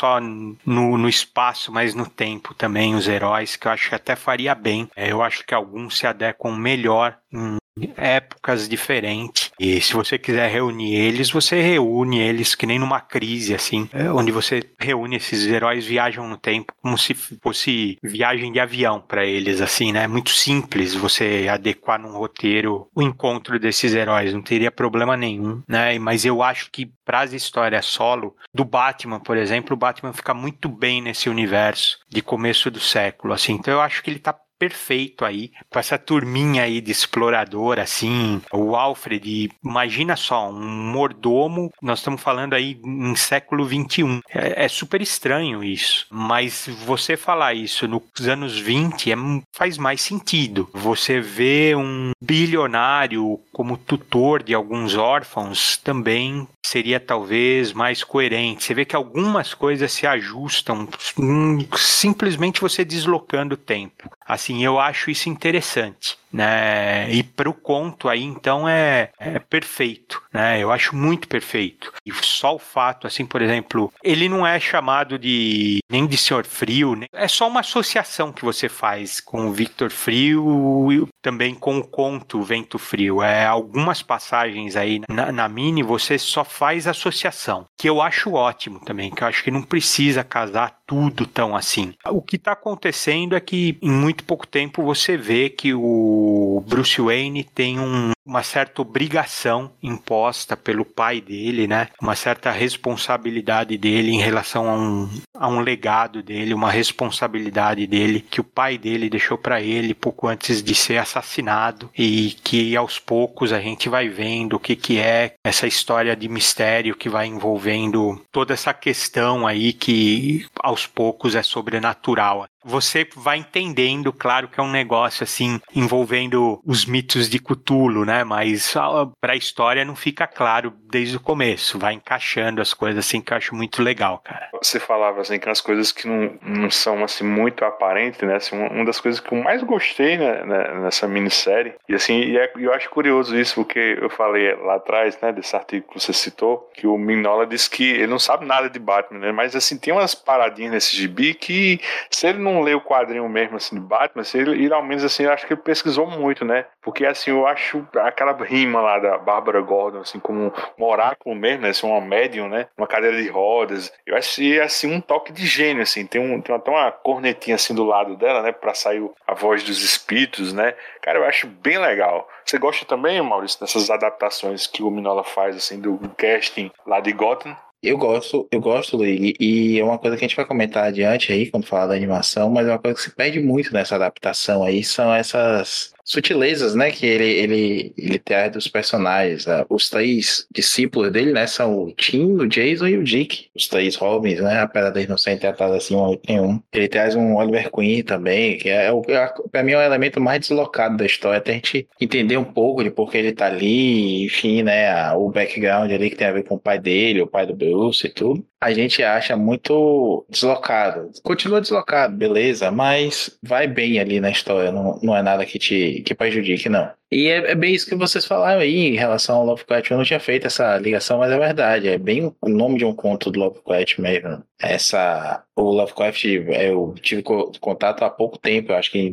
no espaço, mas no tempo também, os heróis, que eu acho que até faria bem. Eu acho que alguns se adequam melhor em épocas diferentes, e se você quiser reunir eles, você reúne eles que nem numa crise, assim, onde você reúne esses heróis, viajam no tempo como se fosse viagem de avião para eles, assim, né? É muito simples você adequar num roteiro o encontro desses heróis, não teria problema nenhum, né? Mas eu acho que para as histórias solo do Batman, por exemplo, o Batman fica muito bem nesse universo de começo do século, assim. Então eu acho que ele tá perfeito aí, com essa turminha aí de explorador, assim, o Alfred, imagina só, um mordomo, nós estamos falando aí em século XXI, é super estranho isso, mas você falar isso nos anos 20 faz mais sentido. Você vê um bilionário como tutor de alguns órfãos também seria talvez mais coerente. Você vê que algumas coisas se ajustam simplesmente você deslocando o tempo. Assim, eu acho isso interessante, né? E para o conto aí, então, é perfeito, né? Eu acho muito perfeito. E só o fato, assim, por exemplo, ele não é chamado nem de Senhor Frio, né? É só uma associação que você faz com o Victor Frio e também com o conto Vento Frio. Algumas passagens aí na mini, você só faz associação, que eu acho ótimo também, que eu acho que não precisa casar tudo tão assim. O que está acontecendo é que em muito pouco tempo você vê que o Bruce Wayne tem uma certa obrigação imposta pelo pai dele, né? Uma certa responsabilidade dele em relação a um legado dele, uma responsabilidade dele que o pai dele deixou para ele pouco antes de ser assassinado, e que aos poucos a gente vai vendo o que é essa história de mistério que vai envolvendo toda essa questão aí que aos poucos é sobrenatural. Você vai entendendo, claro que é um negócio assim, envolvendo os mitos de Cthulhu, né? Mas para a história não fica claro desde o começo, vai encaixando as coisas assim, que eu acho muito legal, cara. Você falava assim que as coisas que não são assim muito aparentes, né? Assim, uma das coisas que eu mais gostei, né, nessa minissérie, e assim, eu acho curioso isso, porque eu falei lá atrás, né, desse artigo que você citou, que o Mignola disse que ele não sabe nada de Batman, né? Mas assim, tem umas paradinhas nesse gibi que, se ele não lê o quadrinho mesmo assim de Batman, se ele ao menos assim, eu acho que ele pesquisou muito, né? Porque assim, eu acho aquela rima lá da Bárbara Gordon, assim, como um oráculo mesmo, né? Assim, uma médium, né? Uma cadeira de rodas. Eu achei assim um toque de gênio, assim. Tem até uma cornetinha assim do lado dela, né? Pra sair a voz dos espíritos, né? Cara, eu acho bem legal. Você gosta também, Maurício, dessas adaptações que o Mignola faz, assim, do casting lá de Gotham? Eu gosto, Luigi, e é uma coisa que a gente vai comentar adiante aí, quando falar da animação, mas é uma coisa que se perde muito nessa adaptação aí, são essas sutilezas, né, que ele traz dos personagens. Os três discípulos dele, né, são o Tim, o Jason e o Dick, os três Robins, né, apesar deles não serem tratados assim nenhum. Ele traz um Oliver Queen também, que pra mim é o elemento mais deslocado da história, até a gente entender um pouco de por que ele tá ali, enfim, né, o background ali que tem a ver com o pai dele, o pai do Bruce e tudo. A gente acha muito deslocado. Continua deslocado, beleza, mas vai bem ali na história, não é nada que prejudique, não. E é bem isso que vocês falaram aí em relação ao Lovecraft. Eu não tinha feito essa ligação, mas é verdade. É bem o nome de um conto do Lovecraft mesmo. Essa O Lovecraft, eu tive contato há pouco tempo, eu acho que em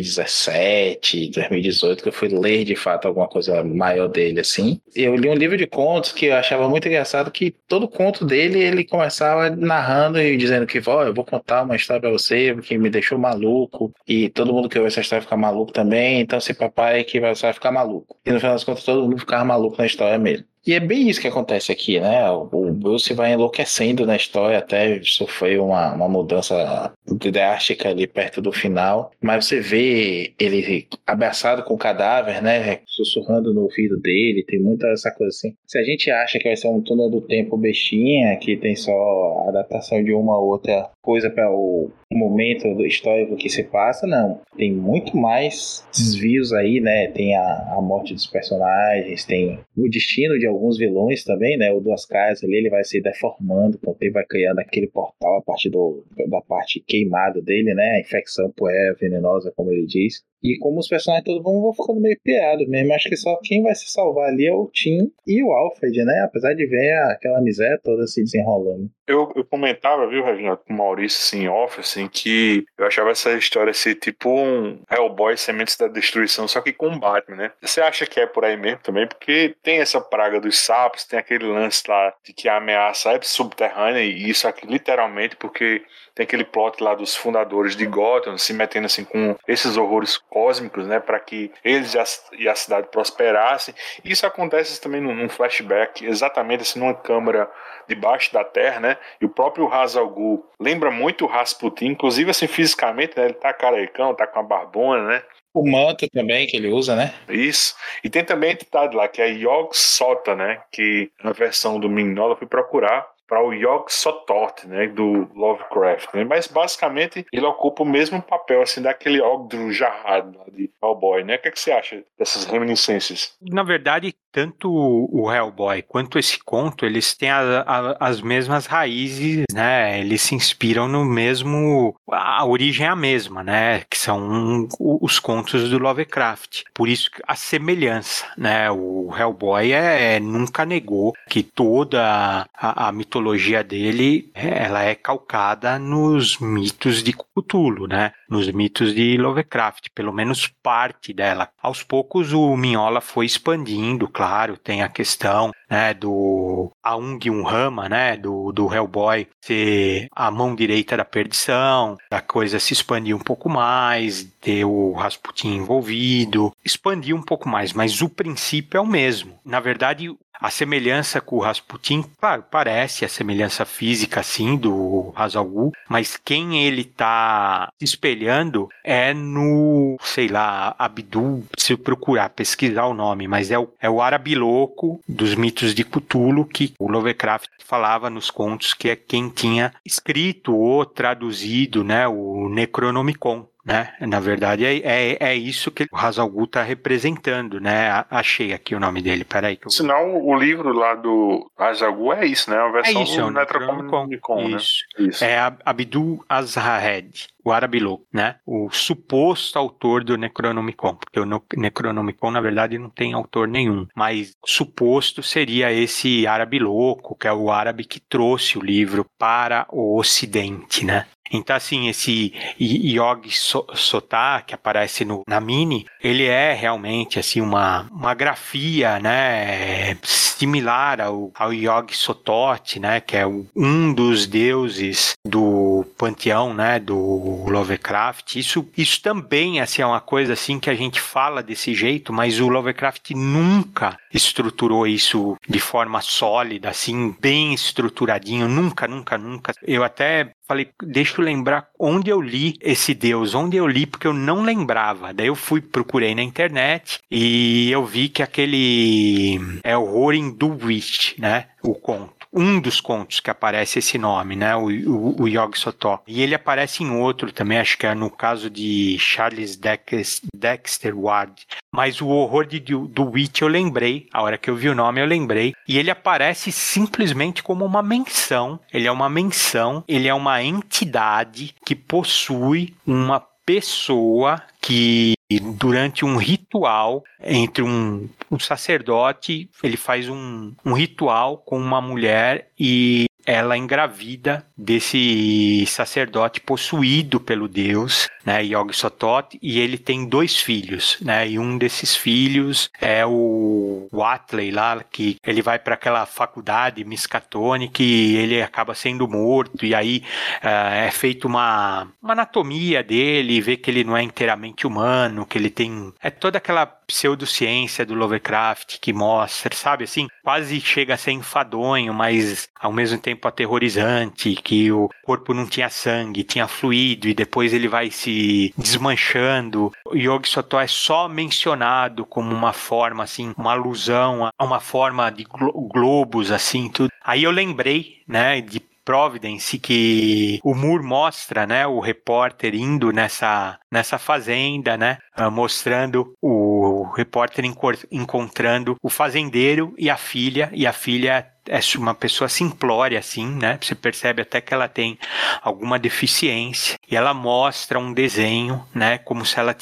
2017, 2018, que eu fui ler de fato alguma coisa maior dele, assim. Eu li um livro de contos que eu achava muito engraçado, que todo conto dele, ele começava narrando e dizendo que, eu vou contar uma história pra você, que me deixou maluco, e todo mundo que ouve essa história fica maluco também, então se papai que você vai ficar maluco. E no final das contas, todo mundo ficava maluco na história mesmo. E é bem isso que acontece aqui, né? O Bruce vai enlouquecendo na história até sofrer uma mudança drástica ali perto do final. Mas você vê ele abraçado com o cadáver, né? Sussurrando no ouvido dele. Tem muita essa coisa assim. Se a gente acha que vai ser um túnel do tempo bestinha, que tem só adaptação de uma ou outra coisa para o momento histórico que se passa, não. Tem muito mais desvios aí, né? Tem a morte dos personagens, tem o destino de alguns vilões também, né? O Duas Caras ali, ele vai se deformando, porque ele vai criando aquele portal a partir da parte queimada dele, né? A infecção por venenosa, como ele diz. E como os personagens todos vão ficando meio pirados mesmo. Acho que só quem vai se salvar ali é o Tim e o Alfred, né? Apesar de ver aquela miséria toda se desenrolando. Eu comentava, viu, Reginaldo, com o Maurício, assim, off, assim, que eu achava essa história assim, tipo um Hellboy Sementes da Destruição, só que com o Batman, né? Você acha que é por aí mesmo também? Porque tem essa praga dos sapos, tem aquele lance lá de que a ameaça é subterrânea, e isso aqui literalmente, porque tem aquele plot lá dos fundadores de Gotham se metendo assim com esses horrores cósmicos, né, para que eles e a cidade prosperassem. Isso acontece também num flashback, exatamente assim numa câmara debaixo da terra, né? E o próprio Ra's al Ghul lembra muito o Rasputin, inclusive assim fisicamente, né? Ele tá carecão, tá com a barbona, né? O manto também que ele usa, né? Isso. E tem também a entidade lá, que é a Yog-Sothoth, né? Que na versão do Mignola eu fui procurar para o Yog-Sothoth, né, do Lovecraft, né? Mas basicamente ele ocupa o mesmo papel assim daquele Ogdru Jarrad de Hellboy, né? O que você acha dessas reminiscências? Na verdade, tanto o Hellboy quanto esse conto, eles têm as mesmas raízes, né? Eles se inspiram no mesmo, a origem é a mesma, né? Que são os contos do Lovecraft. Por isso a semelhança, né? O Hellboy nunca negou que toda a mitologia dele, ela é calcada nos mitos de Cthulhu, né? Nos mitos de Lovecraft, pelo menos parte dela. Aos poucos o Mignola foi expandindo, claro, tem a questão, né, do Aung Unrama, né, do Hellboy ser a mão direita da perdição, a coisa se expandir um pouco mais, ter o Rasputin envolvido, expandir um pouco mais, mas o princípio é o mesmo. Na verdade, a semelhança com o Rasputin, claro, parece a semelhança física, assim, do Ra's al Ghul, mas quem ele tá se espelhando é no, sei lá, Abdul, se eu procurar, pesquisar o nome, mas é o Arabiloco dos mitos de Cthulhu, que o Lovecraft falava nos contos, que é quem tinha escrito ou traduzido, né, o Necronomicon. Né? Na verdade, é isso que o Ra's al Ghul está representando, né? Achei aqui o nome dele, peraí. Sinal, o livro lá do Ra's al Ghul é isso, né? A versão do Necronomicon, né? Isso. É Abdul Azrahed, o Arabiloco, né? O suposto autor do Necronomicon, porque o Necronomicon, na verdade, não tem autor nenhum, mas suposto seria esse Arabiloco, que é o árabe que trouxe o livro para o Ocidente, né? Então, assim, esse Yog-Sothoth que aparece na mini, ele é realmente, assim, uma grafia, né, similar ao Yog-Sothoth, né, que é um dos deuses do panteão, né, do Lovecraft. Isso também, assim, é uma coisa, assim, que a gente fala desse jeito, mas o Lovecraft nunca estruturou isso de forma sólida, assim, bem estruturadinho, nunca. Eu até falei, deixa eu lembrar onde eu li esse deus, porque eu não lembrava. Daí eu procurei na internet e eu vi que aquele é o Roaring Dunwich, né, o conto. Um dos contos que aparece esse nome, né, o Yog-Sothoth. E ele aparece em outro também, acho que é no caso de Charles Dexter Ward. Mas o horror do Witch eu lembrei, a hora que eu vi o nome eu lembrei. E ele aparece simplesmente como uma menção. Ele é uma entidade que possui uma pessoa que durante um ritual entre um sacerdote, ele faz um ritual com uma mulher e ela engravida desse sacerdote possuído pelo deus, né, Yog-Sothoth, e ele tem 2 filhos, né, e um desses filhos é o Atli lá, que ele vai para aquela faculdade Miskatonic e ele acaba sendo morto, e aí é feita uma anatomia dele, vê que ele não é inteiramente humano, que ele tem toda aquela pseudociência do Lovecraft que mostra, sabe, assim, quase chega a ser enfadonho, mas ao mesmo tempo aterrorizante, que o corpo não tinha sangue, tinha fluido, e depois ele vai se desmanchando. O Yog-Sothoth é só mencionado como uma forma, assim, uma alusão a uma forma de globos, assim, tudo. Aí eu lembrei, né, de Providence, que o Moore mostra, né, o repórter indo nessa fazenda, né, mostrando o repórter encontrando o fazendeiro e a filha é uma pessoa simplória, assim, né? Você percebe até que ela tem alguma deficiência. E ela mostra um desenho, né? Como se ela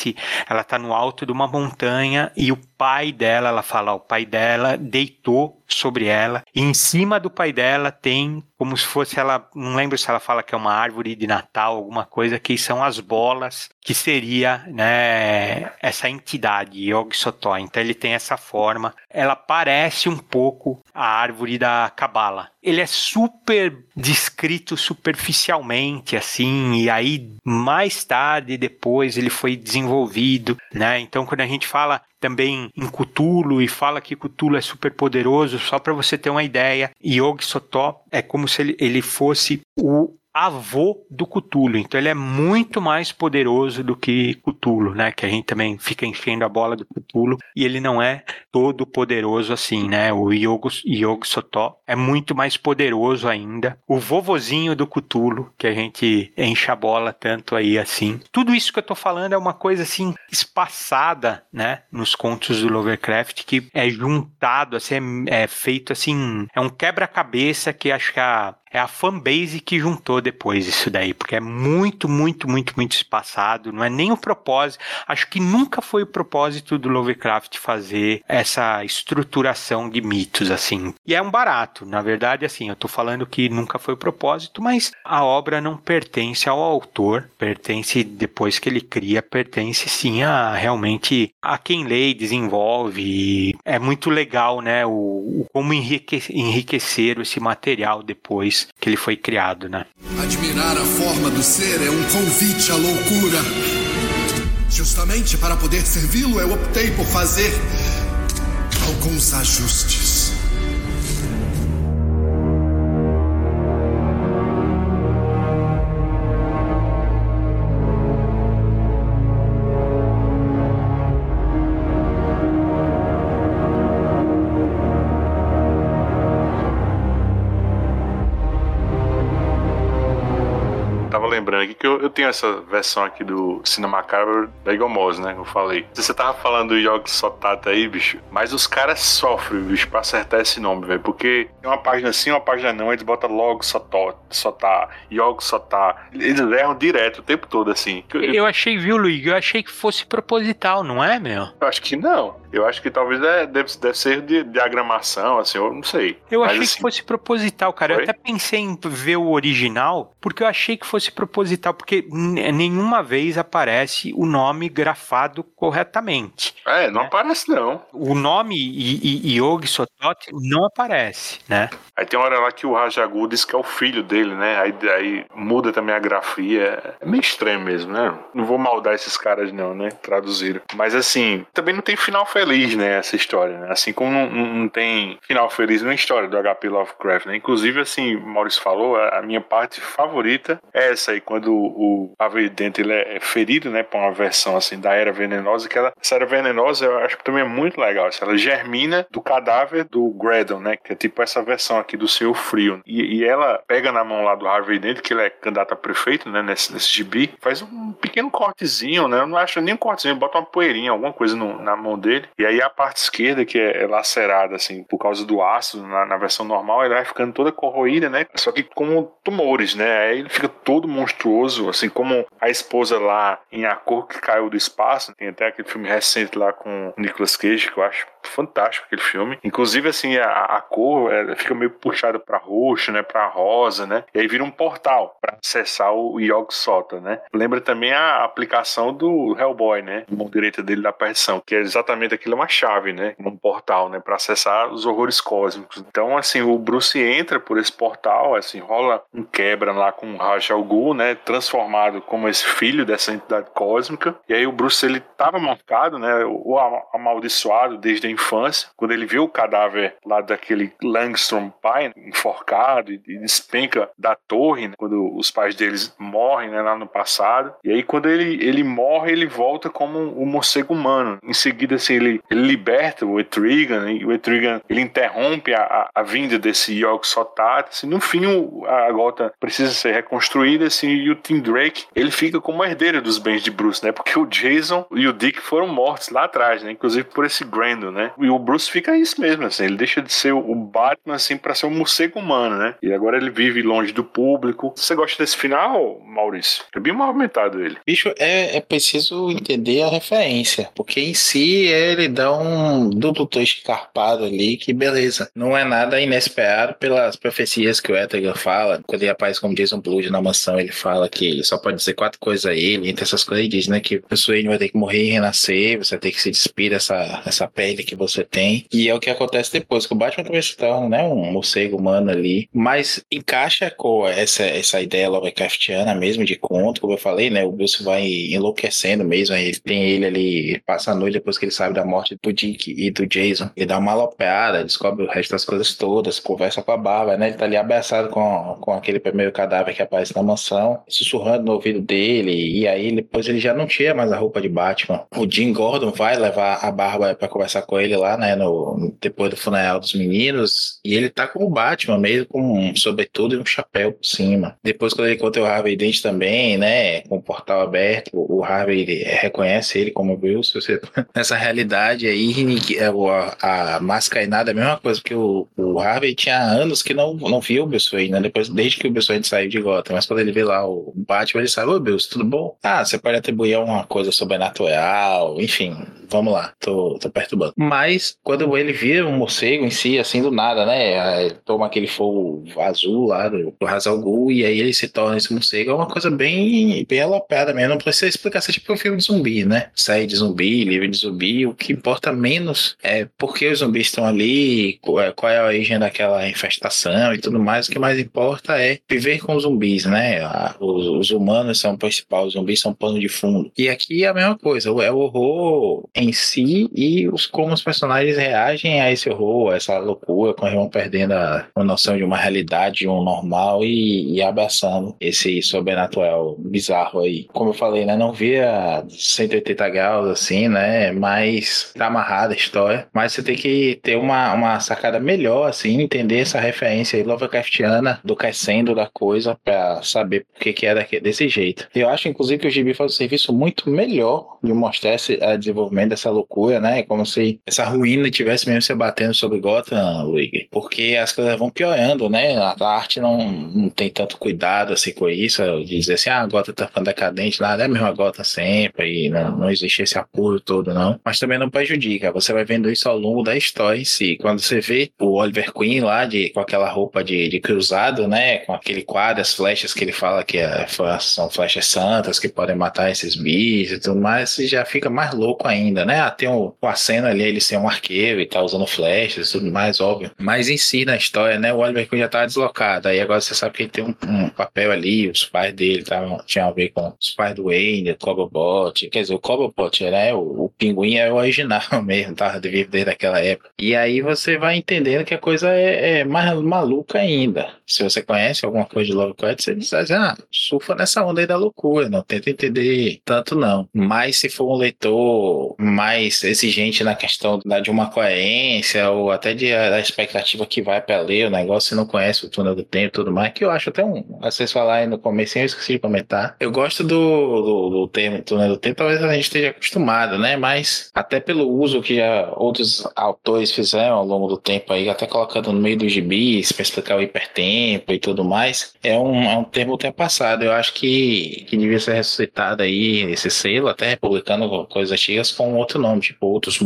tá no alto de uma montanha e o pai dela, ela fala, o pai dela deitou sobre ela. E em cima do pai dela tem como se fosse não lembro se ela fala que é uma árvore de Natal, alguma coisa, que são as bolas, que seria, né, essa entidade, Yog-Sothoth. Então ele tem essa forma. Ela parece um pouco a árvore da Cabala. Ele é super descrito superficialmente, assim, e aí mais tarde, depois, ele foi desenvolvido, né? Então quando a gente fala também em Cthulhu e fala que Cthulhu é super poderoso, só para você ter uma ideia, Yog-Sothoth é como se ele fosse o avô do Cthulhu, então ele é muito mais poderoso do que Cthulhu, né, que a gente também fica enchendo a bola do Cthulhu, e ele não é todo poderoso assim, né, o Yog-Sothoth é muito mais poderoso ainda, o vovozinho do Cthulhu, que a gente enche a bola tanto aí assim. Tudo isso que eu tô falando é uma coisa assim, espaçada, né, nos contos do Lovecraft, que é juntado, assim, é feito assim, é um quebra-cabeça que acho que é a fanbase que juntou depois isso daí, porque é muito, muito, muito, muito espaçado, não é nem o propósito, acho que nunca foi o propósito do Lovecraft fazer essa estruturação de mitos, assim, e é um barato, na verdade, assim, eu tô falando que nunca foi o propósito, mas a obra não pertence ao autor, pertence, depois que ele cria, pertence sim realmente a quem lê e desenvolve, e é muito legal, né, como enriqueceram esse material depois que ele foi criado, né? Admirar a forma do ser é um convite à loucura. Justamente para poder servi-lo, eu optei por fazer alguns ajustes. Lembrando aqui que eu tenho essa versão aqui do Cinema Macabre da Eagle Moss, né? Que eu falei. Você tava falando do Yog-Sothoth aí, bicho, mas os caras sofrem, bicho, pra acertar esse nome, velho. Porque tem uma página sim, uma página não, eles botam Log-Sothoth, Yog-Sothoth. Eles erram direto o tempo todo, assim. Eu achei, viu, Luiz? Eu achei que fosse proposital, não é, meu? Eu acho que não. Eu acho que talvez deve ser de diagramação, assim, eu não sei. Eu achei assim, que fosse proposital, cara. Foi? Eu até pensei em ver o original, porque eu achei que fosse proposital, porque nenhuma vez aparece o nome grafado corretamente. Não aparece, não. O nome Yog-Sothoth não aparece, né? Aí tem uma hora lá que o Rajagu diz que é o filho dele, né? Aí muda também a grafia. É meio estranho mesmo, né? Não vou maldar esses caras não, né? Traduziram. Mas assim, também não tem final feliz, né? Essa história, né? Assim como não tem final feliz na história do H.P. Lovecraft, né? Inclusive, assim, o Maurício falou, a minha parte favorita é essa aí, quando o Harvey Dent ele é ferido, né? Pra uma versão, assim, da Era Venenosa, que essa Era Venenosa eu acho que também é muito legal. Assim, ela germina do cadáver do Graydon, né? Que é tipo essa versão aqui do Senhor Frio. E ela pega na mão lá do Harvey Dent, que ele é candidato a prefeito, né? Nesse gibi, faz um pequeno cortezinho, né? Eu não acho nem um cortezinho, bota uma poeirinha, alguma coisa na mão dele. E aí a parte esquerda, que é lacerada, assim, por causa do ácido, na versão normal, ela vai ficando toda corroída, né? Só que como tumores, né? Aí ele fica todo monstruoso, assim como a esposa lá em A Cor que Caiu do Espaço. Tem até aquele filme recente lá com o Nicolas Cage, que eu acho fantástico aquele filme. Inclusive, assim, a cor fica meio puxada pra roxo, né? Pra rosa, né? E aí vira um portal pra acessar o Yog-Sothoth, né? Lembra também a aplicação do Hellboy, né? A mão direita dele da perdição, que é exatamente aquilo, uma chave, né? Um portal, né? Pra acessar os horrores cósmicos. Então, assim, o Bruce entra por esse portal, assim, rola um quebra lá com o Ra's al Ghul, né? Transformado como esse filho dessa entidade cósmica. E aí o Bruce, ele tava marcado, né? Ou amaldiçoado desde a infância, quando ele viu o cadáver lá daquele Langstrom pai enforcado e despenca da torre, né? Quando os pais deles morrem, né? Lá no passado. E aí quando ele morre, ele volta como um morcego humano. Em seguida, assim, ele liberta o Etrigan, né? E o Etrigan, ele interrompe a vinda desse Yog-Sothoth. Assim, no fim, a Gotham precisa ser reconstruída, assim, e o Tim Drake, ele fica como herdeiro dos bens de Bruce, né? Porque o Jason e o Dick foram mortos lá atrás, né? Inclusive por esse Grendel, né? E o Bruce fica isso mesmo, assim, ele deixa de ser o Batman, assim, pra ser um morcego humano, né? E agora ele vive longe do público. Você gosta desse final, Maurício? É bem movimentado ele. Bicho, é preciso entender a referência, porque em si ele dá um duplo twist carpado ali, que beleza. Não é nada inesperado pelas profecias que o Etrigan fala. Quando ele aparece como Jason Blood na mansão, ele fala que ele só pode dizer 4 coisas a ele. Entre essas coisas ele diz, né, que o Bruce Wayne vai ter que morrer e renascer, você vai ter que se despir dessa pele que você tem. E é o que acontece depois, que o Batman também se torna, né, um morcego humano ali. Mas encaixa com essa ideia Lovecraftiana mesmo de conto, como eu falei, né, o Bruce vai enlouquecendo mesmo, aí ele ali passa a noite depois que ele sabe da morte do Dick e do Jason. Ele dá uma alopeada, descobre o resto das coisas todas, conversa com a Bárbara, né, ele tá ali abraçado com aquele primeiro cadáver que aparece na mansão, sussurrando no ouvido dele, e aí depois ele já não tira mais a roupa de Batman. O Jim Gordon vai levar a Bárbara pra conversar com ele lá, né, depois do funeral dos meninos, e ele tá como Batman mesmo, com um sobretudo e um chapéu por cima. Depois quando ele encontra o Harvey Dent também, né, com o portal aberto, o Harvey reconhece ele como Bruce. Nessa realidade aí, a máscara e nada é a mesma coisa, porque o Harvey tinha anos que não via o Bruce Wayne, né, desde que o Bruce Wayne saiu de Gotham, mas quando ele vê lá o Batman, ele sabe, ô Bruce, tudo bom? Ah, você pode atribuir a uma coisa sobrenatural, enfim, vamos lá, tô perturbando. Mas quando ele vira um morcego em si, assim, do nada, né, ele toma aquele fogo azul lá do Ra's al Ghul, e aí ele se torna esse morcego, é uma coisa bem aloprada mesmo, não precisa explicar, ser tipo um filme de zumbi, né, série de zumbi, livro de zumbi, o que importa menos é por que os zumbis estão ali, qual é a origem daquela infestação e tudo mais, o que mais importa é viver com os zumbis, né, os humanos são o principal, os zumbis são pano de fundo, e aqui é a mesma coisa, é o horror em si e como os personagens reagem a esse horror, a essa loucura, quando eles vão perdendo a noção de uma realidade, de um normal e abraçando esse sobrenatural bizarro aí. Como eu falei, né, não via 180 graus assim, né, mas tá amarrada a história, mas você tem que ter uma sacada melhor, assim, entender essa referência aí Lovecraftiana do crescendo da coisa pra saber por que é desse jeito. Eu acho, inclusive, que o Gibi faz um serviço muito melhor de mostrar esse desenvolvimento dessa loucura, né, como se essa ruína tivesse mesmo se batendo sobre Gotham, Luigi, porque as coisas vão piorando, né, a arte não tem tanto cuidado, assim, com isso, de dizer assim, a Gotham tá ficando decadente, nada, é a mesma Gotham sempre, e não existe esse apoio todo, não, mas também não prejudica, você vai vendo isso ao longo da história em si, quando você vê o Oliver Queen lá, com aquela roupa de cruzado, né, com aquele quadro, as flechas que ele fala que são flechas santas, que podem matar esses bichos e tudo mais, você já fica mais louco ainda, né, tem a cena ali, ele ser um arqueiro e tá usando flechas e tudo mais, óbvio, mas em si, na história, né, o Oliver Queen já tá deslocado, aí agora você sabe que ele tem um papel ali, os pais dele tinham a ver com os pais do Wayne, o Cobblepot, quer dizer, o Cobblepot, né, o pinguim é o original mesmo, tá, desde aquela época, e aí você vai entendendo que a coisa é mais maluca ainda. Se você conhece alguma coisa de Lovecraft, você diz, surfa nessa onda aí da loucura, não tenta entender tanto não, mas se for um leitor mais exigente na questão de uma coerência ou até da expectativa que vai para ler o negócio, se não conhece o Túnel do Tempo e tudo mais, que eu acho até vocês falarem no começo, eu esqueci de comentar, eu gosto do termo Túnel do Tempo, talvez a gente esteja acostumado, né, mas até pelo uso que já outros autores fizeram ao longo do tempo aí, até colocando no meio dos gibis para explicar o hipertempo e tudo mais, é um termo ultrapassado. Eu acho que devia ser ressuscitado aí esse selo, até publicando coisas antigas com outro nome, tipo Outros Mundos,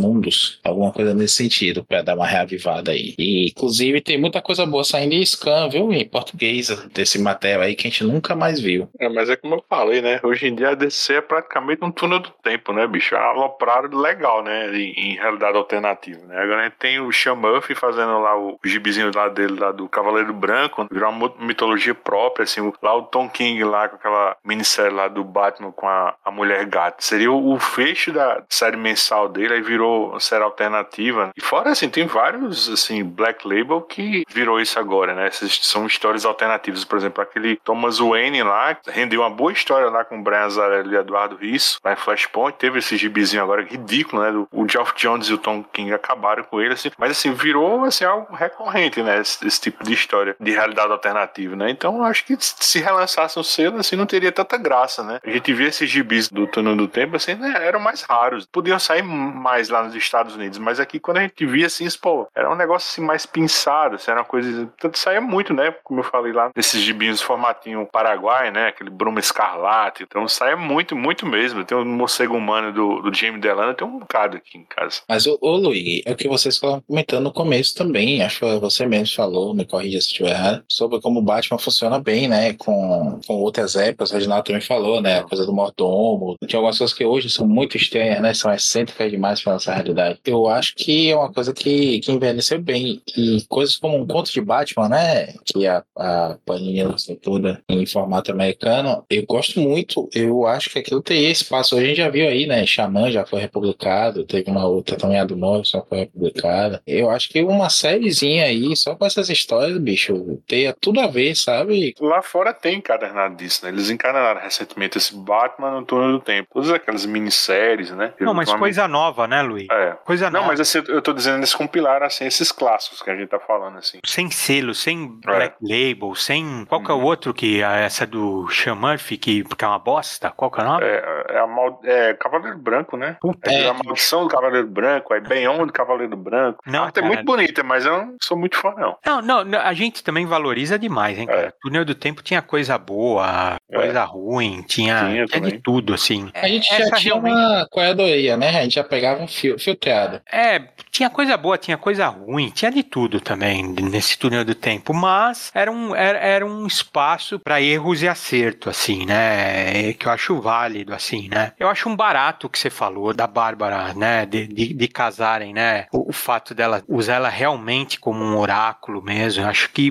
Deus. Alguma coisa nesse sentido, pra dar uma reavivada aí. E, inclusive, tem muita coisa boa saindo em scan, viu? Em português, desse material aí que a gente nunca mais viu. Mas é como eu falei, né? Hoje em dia a DC é praticamente um túnel do tempo, né, bicho? É uma aloprada legal, né? Em realidade alternativa, né? Agora a gente tem o Sean Murphy fazendo lá o gibizinho lá dele, lá do Cavaleiro Branco, virou uma mitologia própria, assim. Lá o Tom King lá com aquela minissérie lá do Batman com a Mulher Gato. Seria o fecho da série mensal dele, aí virou uma série alternativa. E fora, assim, tem vários, assim, Black Label que virou isso agora, né? Essas são histórias alternativas. Por exemplo, aquele Thomas Wayne lá, rendeu uma boa história lá com o Brian Azzarello e Eduardo Risso, lá em Flashpoint. Teve esse gibizinho agora ridículo, né? O Geoff Johns e o Tom King acabaram com ele, assim. Mas, assim, virou, assim, algo recorrente, né? Esse tipo de história de realidade alternativa, né? Então, acho que se relançasse um selo, assim, não teria tanta graça, né? A gente via esses gibis do Túnel do Tempo, assim, né? Eram mais raros. Podiam sair mais lá nos Estados Unidos, mas aqui, quando a gente via, assim, pô, era um negócio, assim, mais pinçado, assim, era uma coisa... Tanto saía muito, né? Como eu falei lá, desses gibinhos formatinho Paraguai, né? Aquele Bruma Escarlate. Então, saía muito, muito mesmo. Tem o Morcego Humano do Jamie Delano, tem um bocado aqui em casa. Mas, ô Luigi, é o que vocês estavam comentando no começo também, acho que você mesmo falou, me corrija se estiver errado, sobre como o Batman funciona bem, né, com outras épocas. O Reginaldo também falou, né, a coisa do mordomo. Tem algumas coisas que hoje são muito estranhas, né, são excêntricas demais para nossa realidade. Eu acho que é uma coisa que envelheceu bem. E coisas como um conto de Batman, né, que a Panini lançou toda em formato americano, eu gosto muito. Eu acho que aquilo teria espaço. A gente já viu aí, né, Xamã já foi republicado, teve uma outra também, a do Morrison, foi republicada. Eu acho que uma sériezinha aí, só com essas histórias, bicho, teria tudo a ver, sabe? Lá fora tem encadernado disso, né? Eles encadernaram recentemente esse Batman no Túnel do Tempo. Todas aquelas minisséries, né? Não, mas coisa nova, né, Luiz? Coisa nova. Não, mas assim, eu tô dizendo, eles compilaram, assim, esses clássicos que a gente tá falando, assim. Sem selo, sem Black Label, sem... Qual que é o outro que... Essa do Sean Murphy, que é uma bosta? Qual que é o nome? É Cavaleiro Branco, né? A Maldição do Cavaleiro Branco, aí Beyond do Cavaleiro Branco. Não, a arte é muito bonita, mas eu não sou muito fã, não. Não, a gente também valoriza demais, hein, cara? Túnel do Tempo tinha coisa boa, coisa ruim, tinha de tudo, assim. A gente já tinha uma coedoria, né? A gente já pegava um filtrado. Tinha coisa boa, tinha coisa ruim, tinha de tudo também nesse Túnel do Tempo, mas era um espaço para erros e acerto, assim, né? Que eu acho válido, assim, né? Eu acho um barato que você falou da Bárbara, né? De casarem, né? O fato dela usar ela realmente como um oráculo mesmo, acho que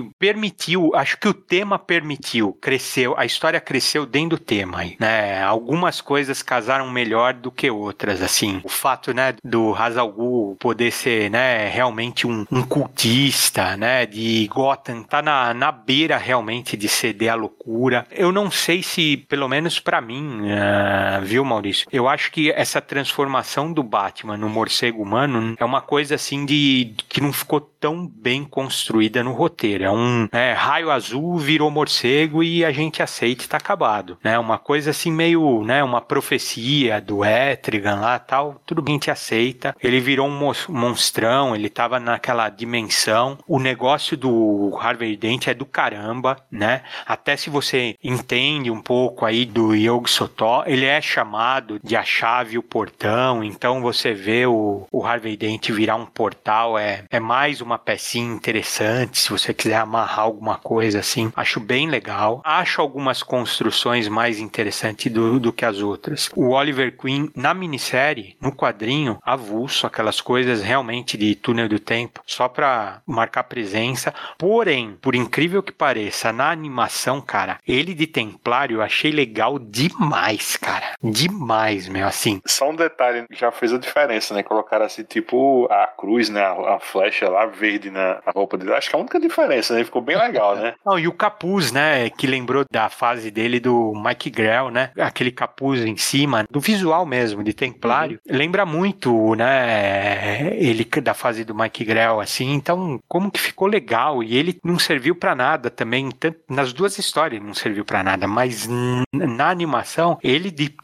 o tema permitiu, cresceu, a história cresceu dentro do tema aí, né? Algumas coisas casaram melhor do que outras, assim. O fato, né, do Hazal Ghul poder ser, né, realmente um cultista, né, de Gotham tá na beira realmente de ceder à loucura. Eu não sei se, pelo menos pra mim, viu, Maurício? Eu acho que essa transformação do Batman no morcego humano é uma coisa assim que não ficou tão bem construída no roteiro. É um raio azul virou morcego e a gente aceita e tá acabado, né? Uma coisa assim meio, né, uma profecia do Etrigan lá, tal, tudo bem, a gente aceita. Ele virou um monstrão, ele tava naquela dimensão. O negócio do Harvey Dent é do caramba, né? Até se você entende um pouco aí do Yog Sothoth, ele é chamado de a chave e o portão, então você vê o Harvey Dent virar um portal, é mais uma pecinha interessante, se você quiser amarrar alguma coisa assim, acho bem legal. Acho algumas construções mais interessantes do que as outras. O Oliver Queen, na minissérie, no quadrinho, avulso, aquelas coisas realmente de Túnel do Tempo, só pra marcar presença. Porém, por incrível que pareça, na animação, cara, ele de Templário eu achei legal demais, cara. Demais, meu, assim. Só um detalhe, já fez a diferença, né? Colocaram assim, tipo, a cruz, né? A flecha lá, verde na roupa dele. Acho que é a única diferença, né? Ficou bem legal, né? Não, e o capuz, né? Que lembrou da fase dele do Mike Grell, né? Aquele capuz em cima, do visual mesmo, de Templário. Lembra muito, né? Ele da fase do Mike Grell, assim. Então, como que ficou legal? E ele não serviu pra nada também. Nas duas histórias não serviu pra nada. Mas na animação, ele de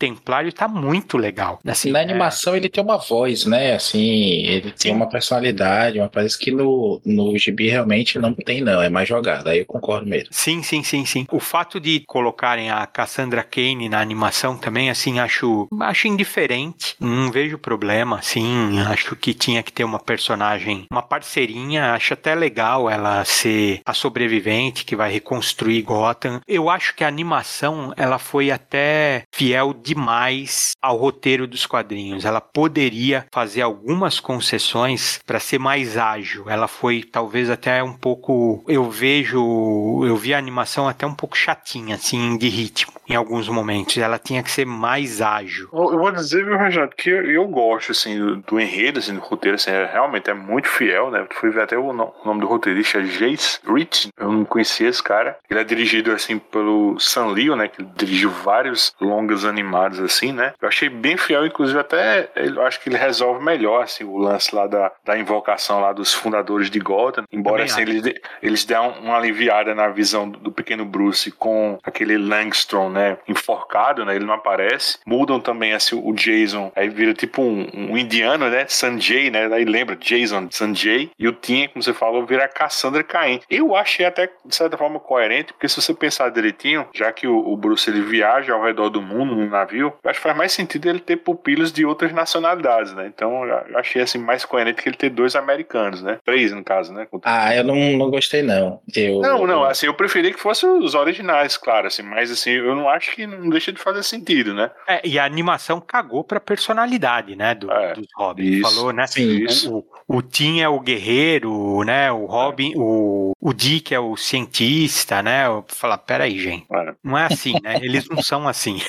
Templário tá muito legal. Assim, na animação ele tem uma voz, né? Assim, ele tem uma personalidade, mas parece que no gibi realmente não tem, não. É mais jogado. Aí eu concordo mesmo. Sim. O fato de colocarem a Cassandra Cain na animação também, assim, acho indiferente. Não vejo problema, assim. Acho que tinha que ter uma personagem, uma parceirinha. Acho até legal ela ser a sobrevivente que vai reconstruir Gotham. Eu acho que a animação, ela foi até fiel demais ao roteiro dos quadrinhos. Ela poderia fazer algumas concessões para ser mais ágil. Ela foi talvez até um pouco... Eu vi a animação até um pouco chatinha, assim, de ritmo, em alguns momentos. Ela tinha que ser mais ágil. Eu vou dizer, viu, Reginaldo, que eu gosto, assim, do enredo, assim, do roteiro, assim, realmente é muito fiel, né? Fui ver até o nome do roteirista, é Jace Rich. Eu não conhecia esse cara. Ele é dirigido, assim, pelo Sam Liu, né? Que dirigiu vários longas animados, assim, né? Eu achei bem fiel, inclusive até eu acho que ele resolve melhor, assim, o lance lá da invocação lá dos fundadores de Gotham. Embora, assim, eles deram uma aliviada na visão do pequeno Bruce com aquele Langstrom, né? Enforcado, né? Ele não aparece. Mudam também, assim, o Jason. Aí vira tipo um indiano, né? Sanjay, né? Aí lembra Jason, Sanjay. E o Tim, como você falou, vira a Cassandra Cain. Eu achei até, de certa forma, coerente, porque se você pensar direitinho, já que o Bruce, ele viaja ao redor do mundo num navio, eu acho que faz mais sentido ele ter pupilos de outras nacionalidades, né? Então, eu achei, assim, mais coerente que ele ter 2 americanos, né? 3, no caso, né? Eu não gostei, não. Não, assim, eu preferi que fossem os originais, claro, assim, mas, assim, eu não acho que não deixa de fazer sentido, né? E a animação cagou pra personalidade, né, dos Robin. Isso, falou, né? Sim. O Tim é o guerreiro, né? O Robin, o Dick é o cientista, né? Eu falar, peraí, gente. Não é assim, né? Eles não são assim.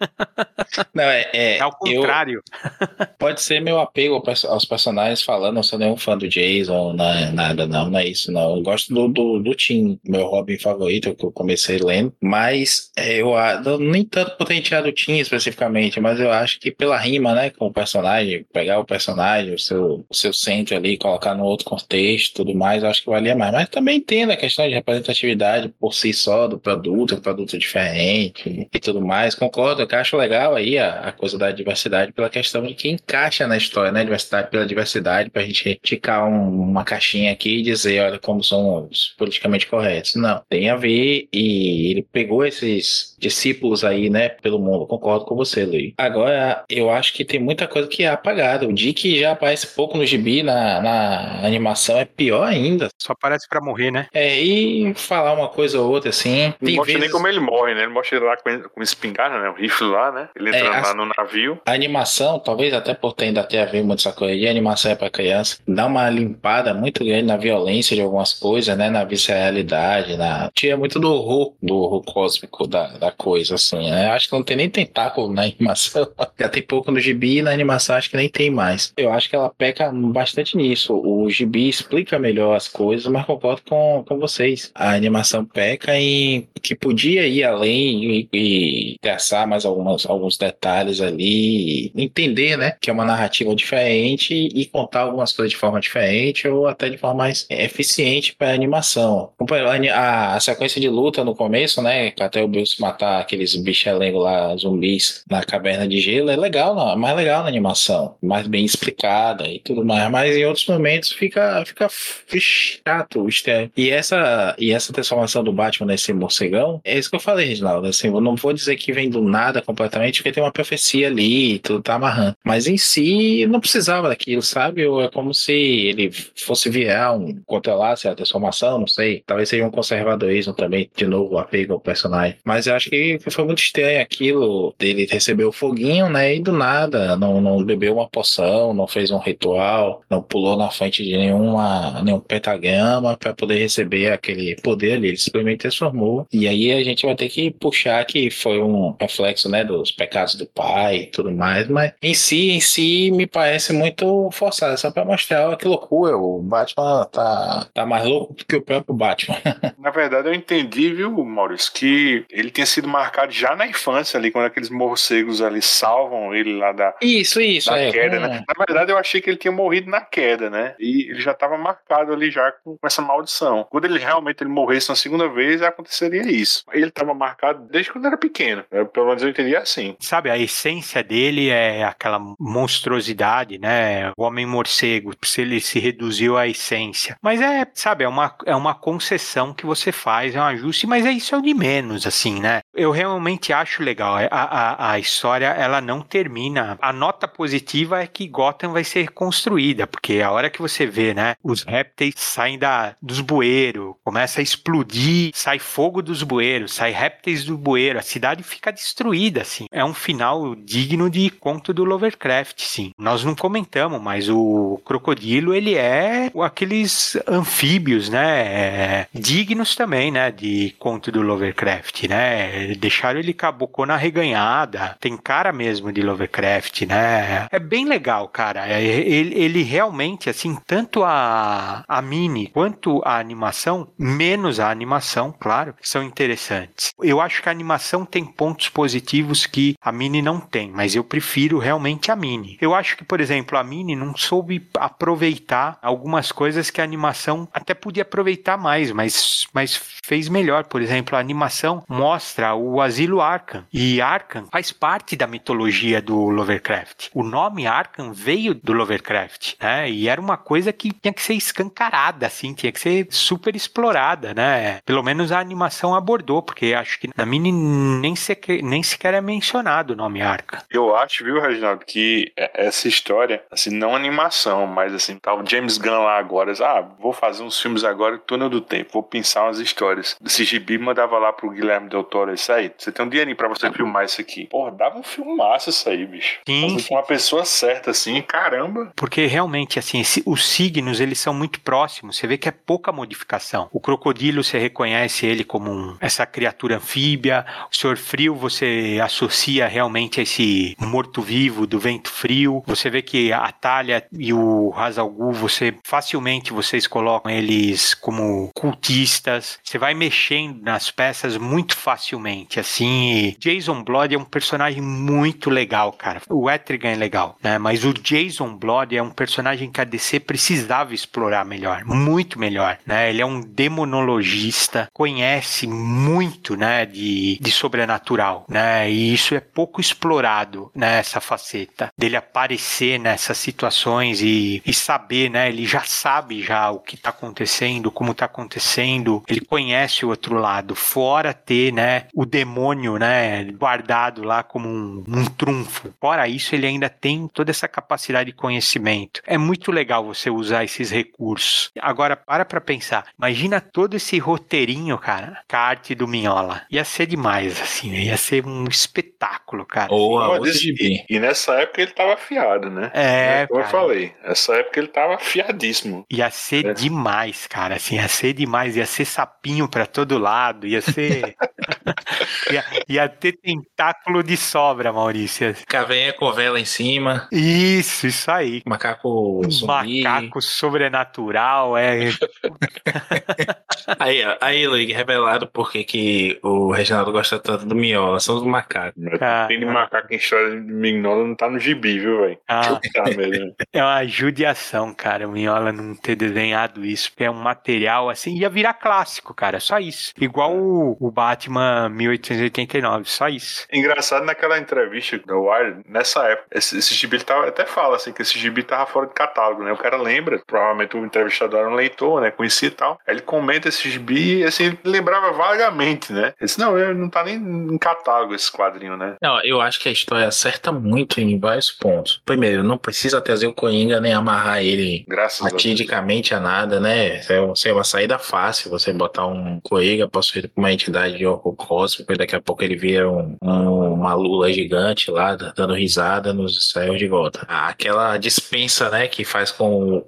Não, é ao contrário. Pode ser meu apego aos personagens falando, não sou nenhum fã do Jason, não é isso, não. Eu gosto do Tim, meu Robin favorito, que eu comecei lendo, mas nem tanto por ter tirado o Tim especificamente, mas eu acho que pela rima, né, com o personagem, pegar o personagem, o seu centro ali, colocar no outro contexto e tudo mais, eu acho que valia mais. Mas também entendo a questão de representatividade por si só do produto, diferente e tudo mais. Concordo, eu acho legal aí a coisa da diversidade pela questão de que encaixa na história, né? Diversidade pela diversidade, pra gente ticar uma caixinha aqui e dizer, olha, como são os politicamente corretos. Não, tem a ver, e ele pegou esses discípulos aí, né, pelo mundo. Concordo com você, Luiz. Agora, eu acho que tem muita coisa que é apagada. O Dick já aparece pouco no gibi, na animação é pior ainda. Só aparece pra morrer, né? E falar uma coisa ou outra, assim. Não mostra nem como ele morre, né? Ele mostra ele lá com espingarda, né? O rifle lá, né? Ele entrando lá no navio. A animação, talvez até por ainda ter a ver muito essa coisa de animação é pra criança, dá uma limpada muito grande na violência de algumas coisas, né? Na visceralidade, tira muito do horror cósmico da coisa, assim, né? Acho que não tem nem tentáculo na animação. Já tem pouco no gibi, e na animação acho que nem tem mais. Eu acho que ela peca bastante nisso. O gibi explica melhor as coisas, mas concordo com vocês. A animação peca em que podia ir além e traçar mais alguns detalhes ali, entender, né, que é uma narrativa diferente e contar algumas coisas de forma diferente ou até de forma mais eficiente para a animação. A sequência de luta no começo, né, até o Bruce matar aqueles bichelengos lá, zumbis, na caverna de gelo, é legal, não, é mais legal na animação, mais bem explicada e tudo mais, mas em outros momentos fica chato. E essa transformação do Batman nesse morcegão, é isso que eu falei, Reginaldo, assim, eu não vou dizer que vem do nada completamente, porque tem uma profecia ali, tudo tá amarrando, mas em si não precisava daquilo, sabe? É como se ele fosse virar controlasse a transformação, não sei, talvez seja um conservadorismo também, de novo, o apego ao personagem, mas eu acho que foi muito estranho aquilo dele receber o foguinho, né, e do nada, não bebeu uma poção, não fez um ritual, não pulou na frente de nenhum pentagrama para poder receber aquele poder ali, ele simplesmente transformou, e aí a gente vai ter que puxar que foi um reflexo, né, dos pecados do pai e tudo mais, mas em si me parece muito forçado, só para mostrar que loucura, o Batman tá mais louco do que o próprio Batman. Na verdade eu entendi, viu, Maurício, que ele tinha sido marcado já na infância ali, quando aqueles morcegos ali salvam ele lá da queda, né? Na verdade, eu achei que ele tinha morrido na queda, né? E ele já estava marcado ali já com essa maldição. Quando ele realmente morresse na segunda vez, aconteceria isso. Ele estava marcado desde quando era pequeno. Pelo menos eu entendi assim. Sabe, a essência dele é aquela monstruosidade, né? O homem morcego, ele se reduziu à essência. Mas sabe, é uma concessão que você faz, é um ajuste, mas isso é o de menos, assim, né? Eu realmente acho legal. A história, ela não termina. A nota positiva é que Gotham vai ser reconstruída, porque a hora que você vê, né, os répteis saem dos bueiros, começa a explodir, sai fogo dos bueiros, sai répteis do bueiro, a cidade fica destruída, assim. É um final digno de conto do Lovecraft, sim. Nós não comentamos, mas o crocodilo, ele é aqueles anfíbios, né, dignos também, né, de conto do Lovecraft, né? Deixaram ele caboclo na reganhada, tem cara mesmo de Lovecraft, né? É bem legal, cara. Ele realmente, assim, tanto a mini quanto a animação, menos a animação, claro, são interessantes. Eu acho que a animação tem pontos positivos que a mini não tem, mas eu prefiro realmente a mini. Eu acho que, por exemplo, a mini não soube aproveitar algumas coisas que a animação até podia aproveitar mais, mas fez melhor. Por exemplo, a animação mostra o Asilo Arkham, e Arkham faz parte da mitologia do Lovecraft. O nome Arkham veio do Lovecraft, né? E era uma coisa que tinha que ser escancarada, assim, tinha que ser super explorada, né? Pelo menos a animação abordou, porque acho que na mini nem sequer é mencionado o nome Arkham. Eu acho, viu, Reginaldo, que essa história, assim, não animação, mas assim, tá o James Gunn lá agora, vou fazer uns filmes agora, Túnel do Tempo, vou pensar umas histórias. Esse gibi mandava lá pro Guilherme Del Toro, isso aí, você tem um dinheirinho pra você filmar isso aqui. Porra, dava um filmaço isso aí, bicho. Sim. Com uma pessoa certa, assim, caramba. Porque realmente, assim, os signos, eles são muito próximos, você vê que é pouca modificação. O crocodilo, você reconhece ele como essa criatura anfíbia, o Senhor Frio, você associa realmente a esse morto-vivo do vento frio, você vê que a Talia e o Ra's al Ghul, facilmente vocês colocam eles como cultistas, você vai mexendo nas peças muito facilmente, assim. Jason Blood é um personagem muito legal, cara. O Etrigan é legal, né? Mas o Jason Blood é um personagem que a DC precisava explorar melhor, muito melhor, né? Ele é um demonologista, conhece muito, né, de sobrenatural, né? E isso é pouco explorado, né, essa faceta dele aparecer nessas situações e saber, né? Ele já sabe já o que tá acontecendo, como tá acontecendo, ele conhece o outro lado, fora ter, né, o demônio, né, guardado lá como um trunfo. Fora isso, ele ainda tem toda essa capacidade de conhecimento. É muito legal você usar esses recursos. Agora, para pensar. Imagina todo esse roteirinho, cara, com a arte do Mignola. Ia ser demais, assim, né? Ia ser um espetáculo, cara. E nessa época ele tava afiado, né? Como eu falei, nessa época ele tava afiadíssimo. Ia ser demais, cara, assim, ia ser demais. Ia ser sapinho pra todo lado, ia ser... ia ter tentáculo de sobra, Maurício. Caveira com vela em cima. Isso aí. Macaco zumbi. Macaco sobrenatural, Aí, Luigi, revelado por que o Reginaldo gosta tanto do Mignola. São os macacos. Tem de macaco em história de Mignola, não tá no gibi, viu, velho? É uma judiação, cara, o Mignola não ter desenhado isso, porque é um material, assim, ia virar clássico, cara, só isso. Igual o Batman 1889, só isso. Engraçado, naquela entrevista da Wired, nessa época, esse gibi ele até fala, assim, que esse gibi tava fora de catálogo, né? O cara lembra, provavelmente o entrevistador era um leitor, né? Conhecia e tal. Aí ele comenta esse gibi, assim, lembrava vagamente, né? Ele disse, não tá nem em catálogo esse quadrinho, né? Não, eu acho que a história acerta muito em vários pontos. Primeiro, não precisa trazer o Coringa nem amarrar ele fatidicamente a nada, né? É uma saída fácil, você botar um Coringa possuído por uma entidade de horror cósmico e daqui a pouco ele vira uma lula gigante lá, dando risada nos céus de volta. Aquela dispensa, né, que faz com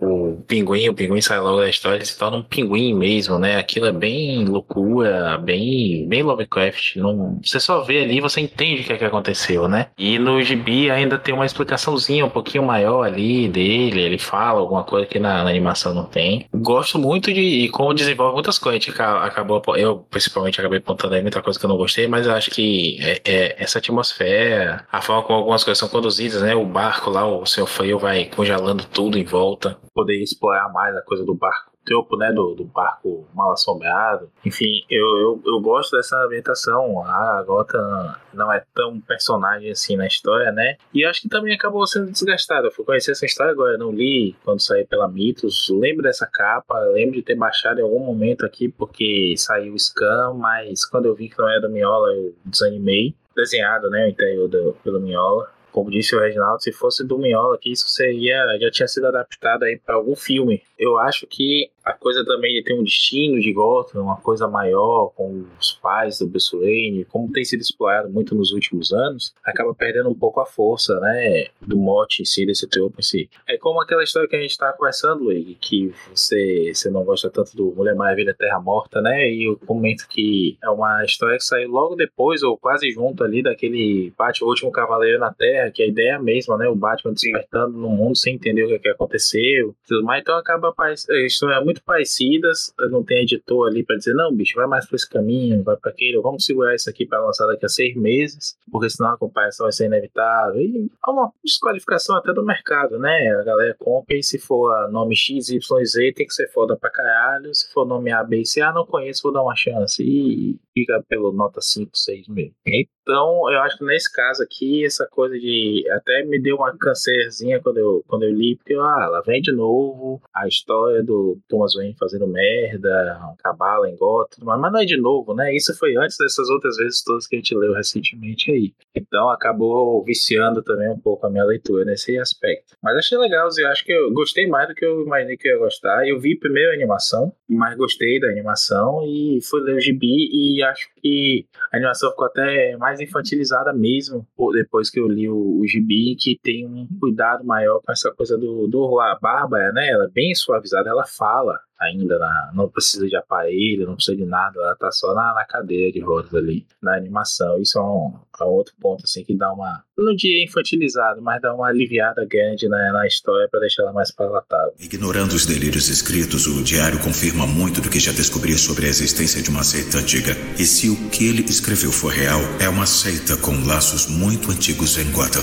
pinguim, o pinguim sai logo da história, ele se torna um pinguim mesmo, né? Aquilo é bem loucura, bem Lovecraft. Não, você só vê ali e você entende o que é que aconteceu, né? E no gibi ainda tem uma explicaçãozinha um pouquinho maior ali dele, ele fala alguma coisa que na animação não tem. Gosto muito de como desenvolve muitas coisas. A gente acabou, eu principalmente acabei apontando aí muita coisa que eu não gostei, mas eu acho que essa atmosfera, a forma como algumas coisas são conduzidas, né? O barco lá, o Sr. Fail vai congelando tudo em volta, poder explorar mais a coisa do barco, o tropo, né, do barco mal assombrado. Enfim, eu gosto dessa ambientação. A Gotham não é tão personagem assim na história, né? E acho que também acabou sendo desgastado. Eu fui conhecer essa história agora, não li quando saiu pela Mitos. Lembro dessa capa, lembro de ter baixado em algum momento aqui porque saiu o scan, mas quando eu vi que não era do Mignola, eu desanimei. Desenhado, né, o interior pelo Mignola. Como disse o Reginaldo, se fosse do Mignola, que isso já tinha sido adaptado aí para algum filme. Eu acho que a coisa também de ter um destino de Gotham, uma coisa maior com os pais do Bruce Wayne, como tem sido explorado muito nos últimos anos, acaba perdendo um pouco a força, né, do mote em si, desse tropo em si. É como aquela história que a gente estava conversando, Luigi, que você não gosta tanto do Mulher Maravilha Terra Morta, né, e eu comento que é uma história que saiu logo depois, ou quase junto ali, daquele Batman, o Último Cavaleiro na Terra, que a ideia é a mesma, né, o Batman despertando no mundo sem entender o que aconteceu, tudo mais. Então acaba a história é muito parecidas, não tem editor ali para dizer, não, bicho, vai mais por esse caminho, vai para aquele, vamos segurar isso aqui para lançar daqui a 6 meses, porque senão a comparação vai ser inevitável. E é uma desqualificação até do mercado, né? A galera compra e se for nome X, Y, Z, tem que ser foda pra caralho. Se for nome A, B e C, não conheço, vou dar uma chance. E fica pelo nota 5, 6 mesmo. Então, eu acho que nesse caso aqui, essa coisa de... Até me deu uma cancerzinha quando eu li, porque, lá vem de novo a história do Thomas Wayne fazendo merda, cabala em Gotham, mas não é de novo, né? Isso foi antes dessas outras vezes todas que a gente leu recentemente aí. Então, acabou viciando também um pouco a minha leitura nesse aspecto. Mas achei legal, eu acho que eu gostei mais do que eu imaginei que eu ia gostar. Eu vi primeiro a animação, mas gostei da animação e fui ler o gibi e acho que a animação ficou até mais infantilizada mesmo depois que eu li o gibi, que tem um cuidado maior com essa coisa a Bárbara, né? Ela é bem suavizada, ela fala ainda, não precisa de aparelho, não precisa de nada, ela tá só na cadeira de rodas ali, na animação. Isso é um outro ponto, assim, que dá uma, não diria infantilizado, mas dá uma aliviada grande na história para deixar ela mais palatável. Ignorando os delírios escritos, o diário confirma muito do que já descobri sobre a existência de uma seita antiga. E se o que ele escreveu for real, é uma seita com laços muito antigos em Gotham.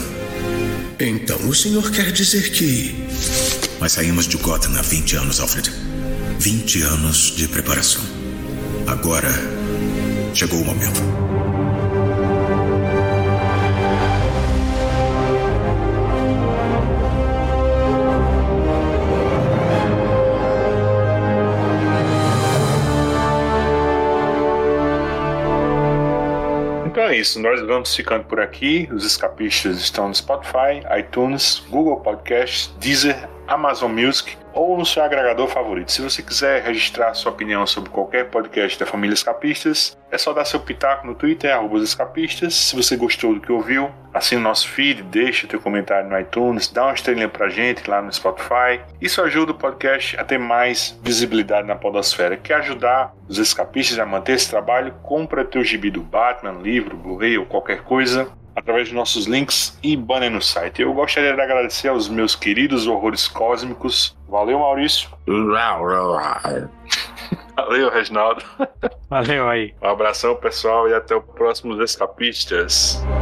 Então o senhor quer dizer que... Mas saímos de Gotham há 20 anos, Alfred. 20 anos de preparação. Agora chegou o momento. Então é isso, nós vamos ficando por aqui. Os escapistas estão no Spotify, iTunes, Google Podcasts, Deezer, Amazon Music ou no seu agregador favorito. Se você quiser registrar sua opinião sobre qualquer podcast da família Escapistas, é só dar seu pitaco no Twitter, @escapistas. Se você gostou do que ouviu, assine o nosso feed, deixa teu comentário no iTunes, dá uma estrelinha pra gente lá no Spotify. Isso ajuda o podcast a ter mais visibilidade na podosfera. Quer ajudar os escapistas a manter esse trabalho? Compra teu gibi do Batman, livro, Blu-ray ou qualquer coisa, através de nossos links e banner no site. Eu gostaria de agradecer aos meus queridos horrores cósmicos. Valeu, Maurício. Valeu, Reginaldo. Valeu aí. Um abração, pessoal, e até o próximo Escapistas.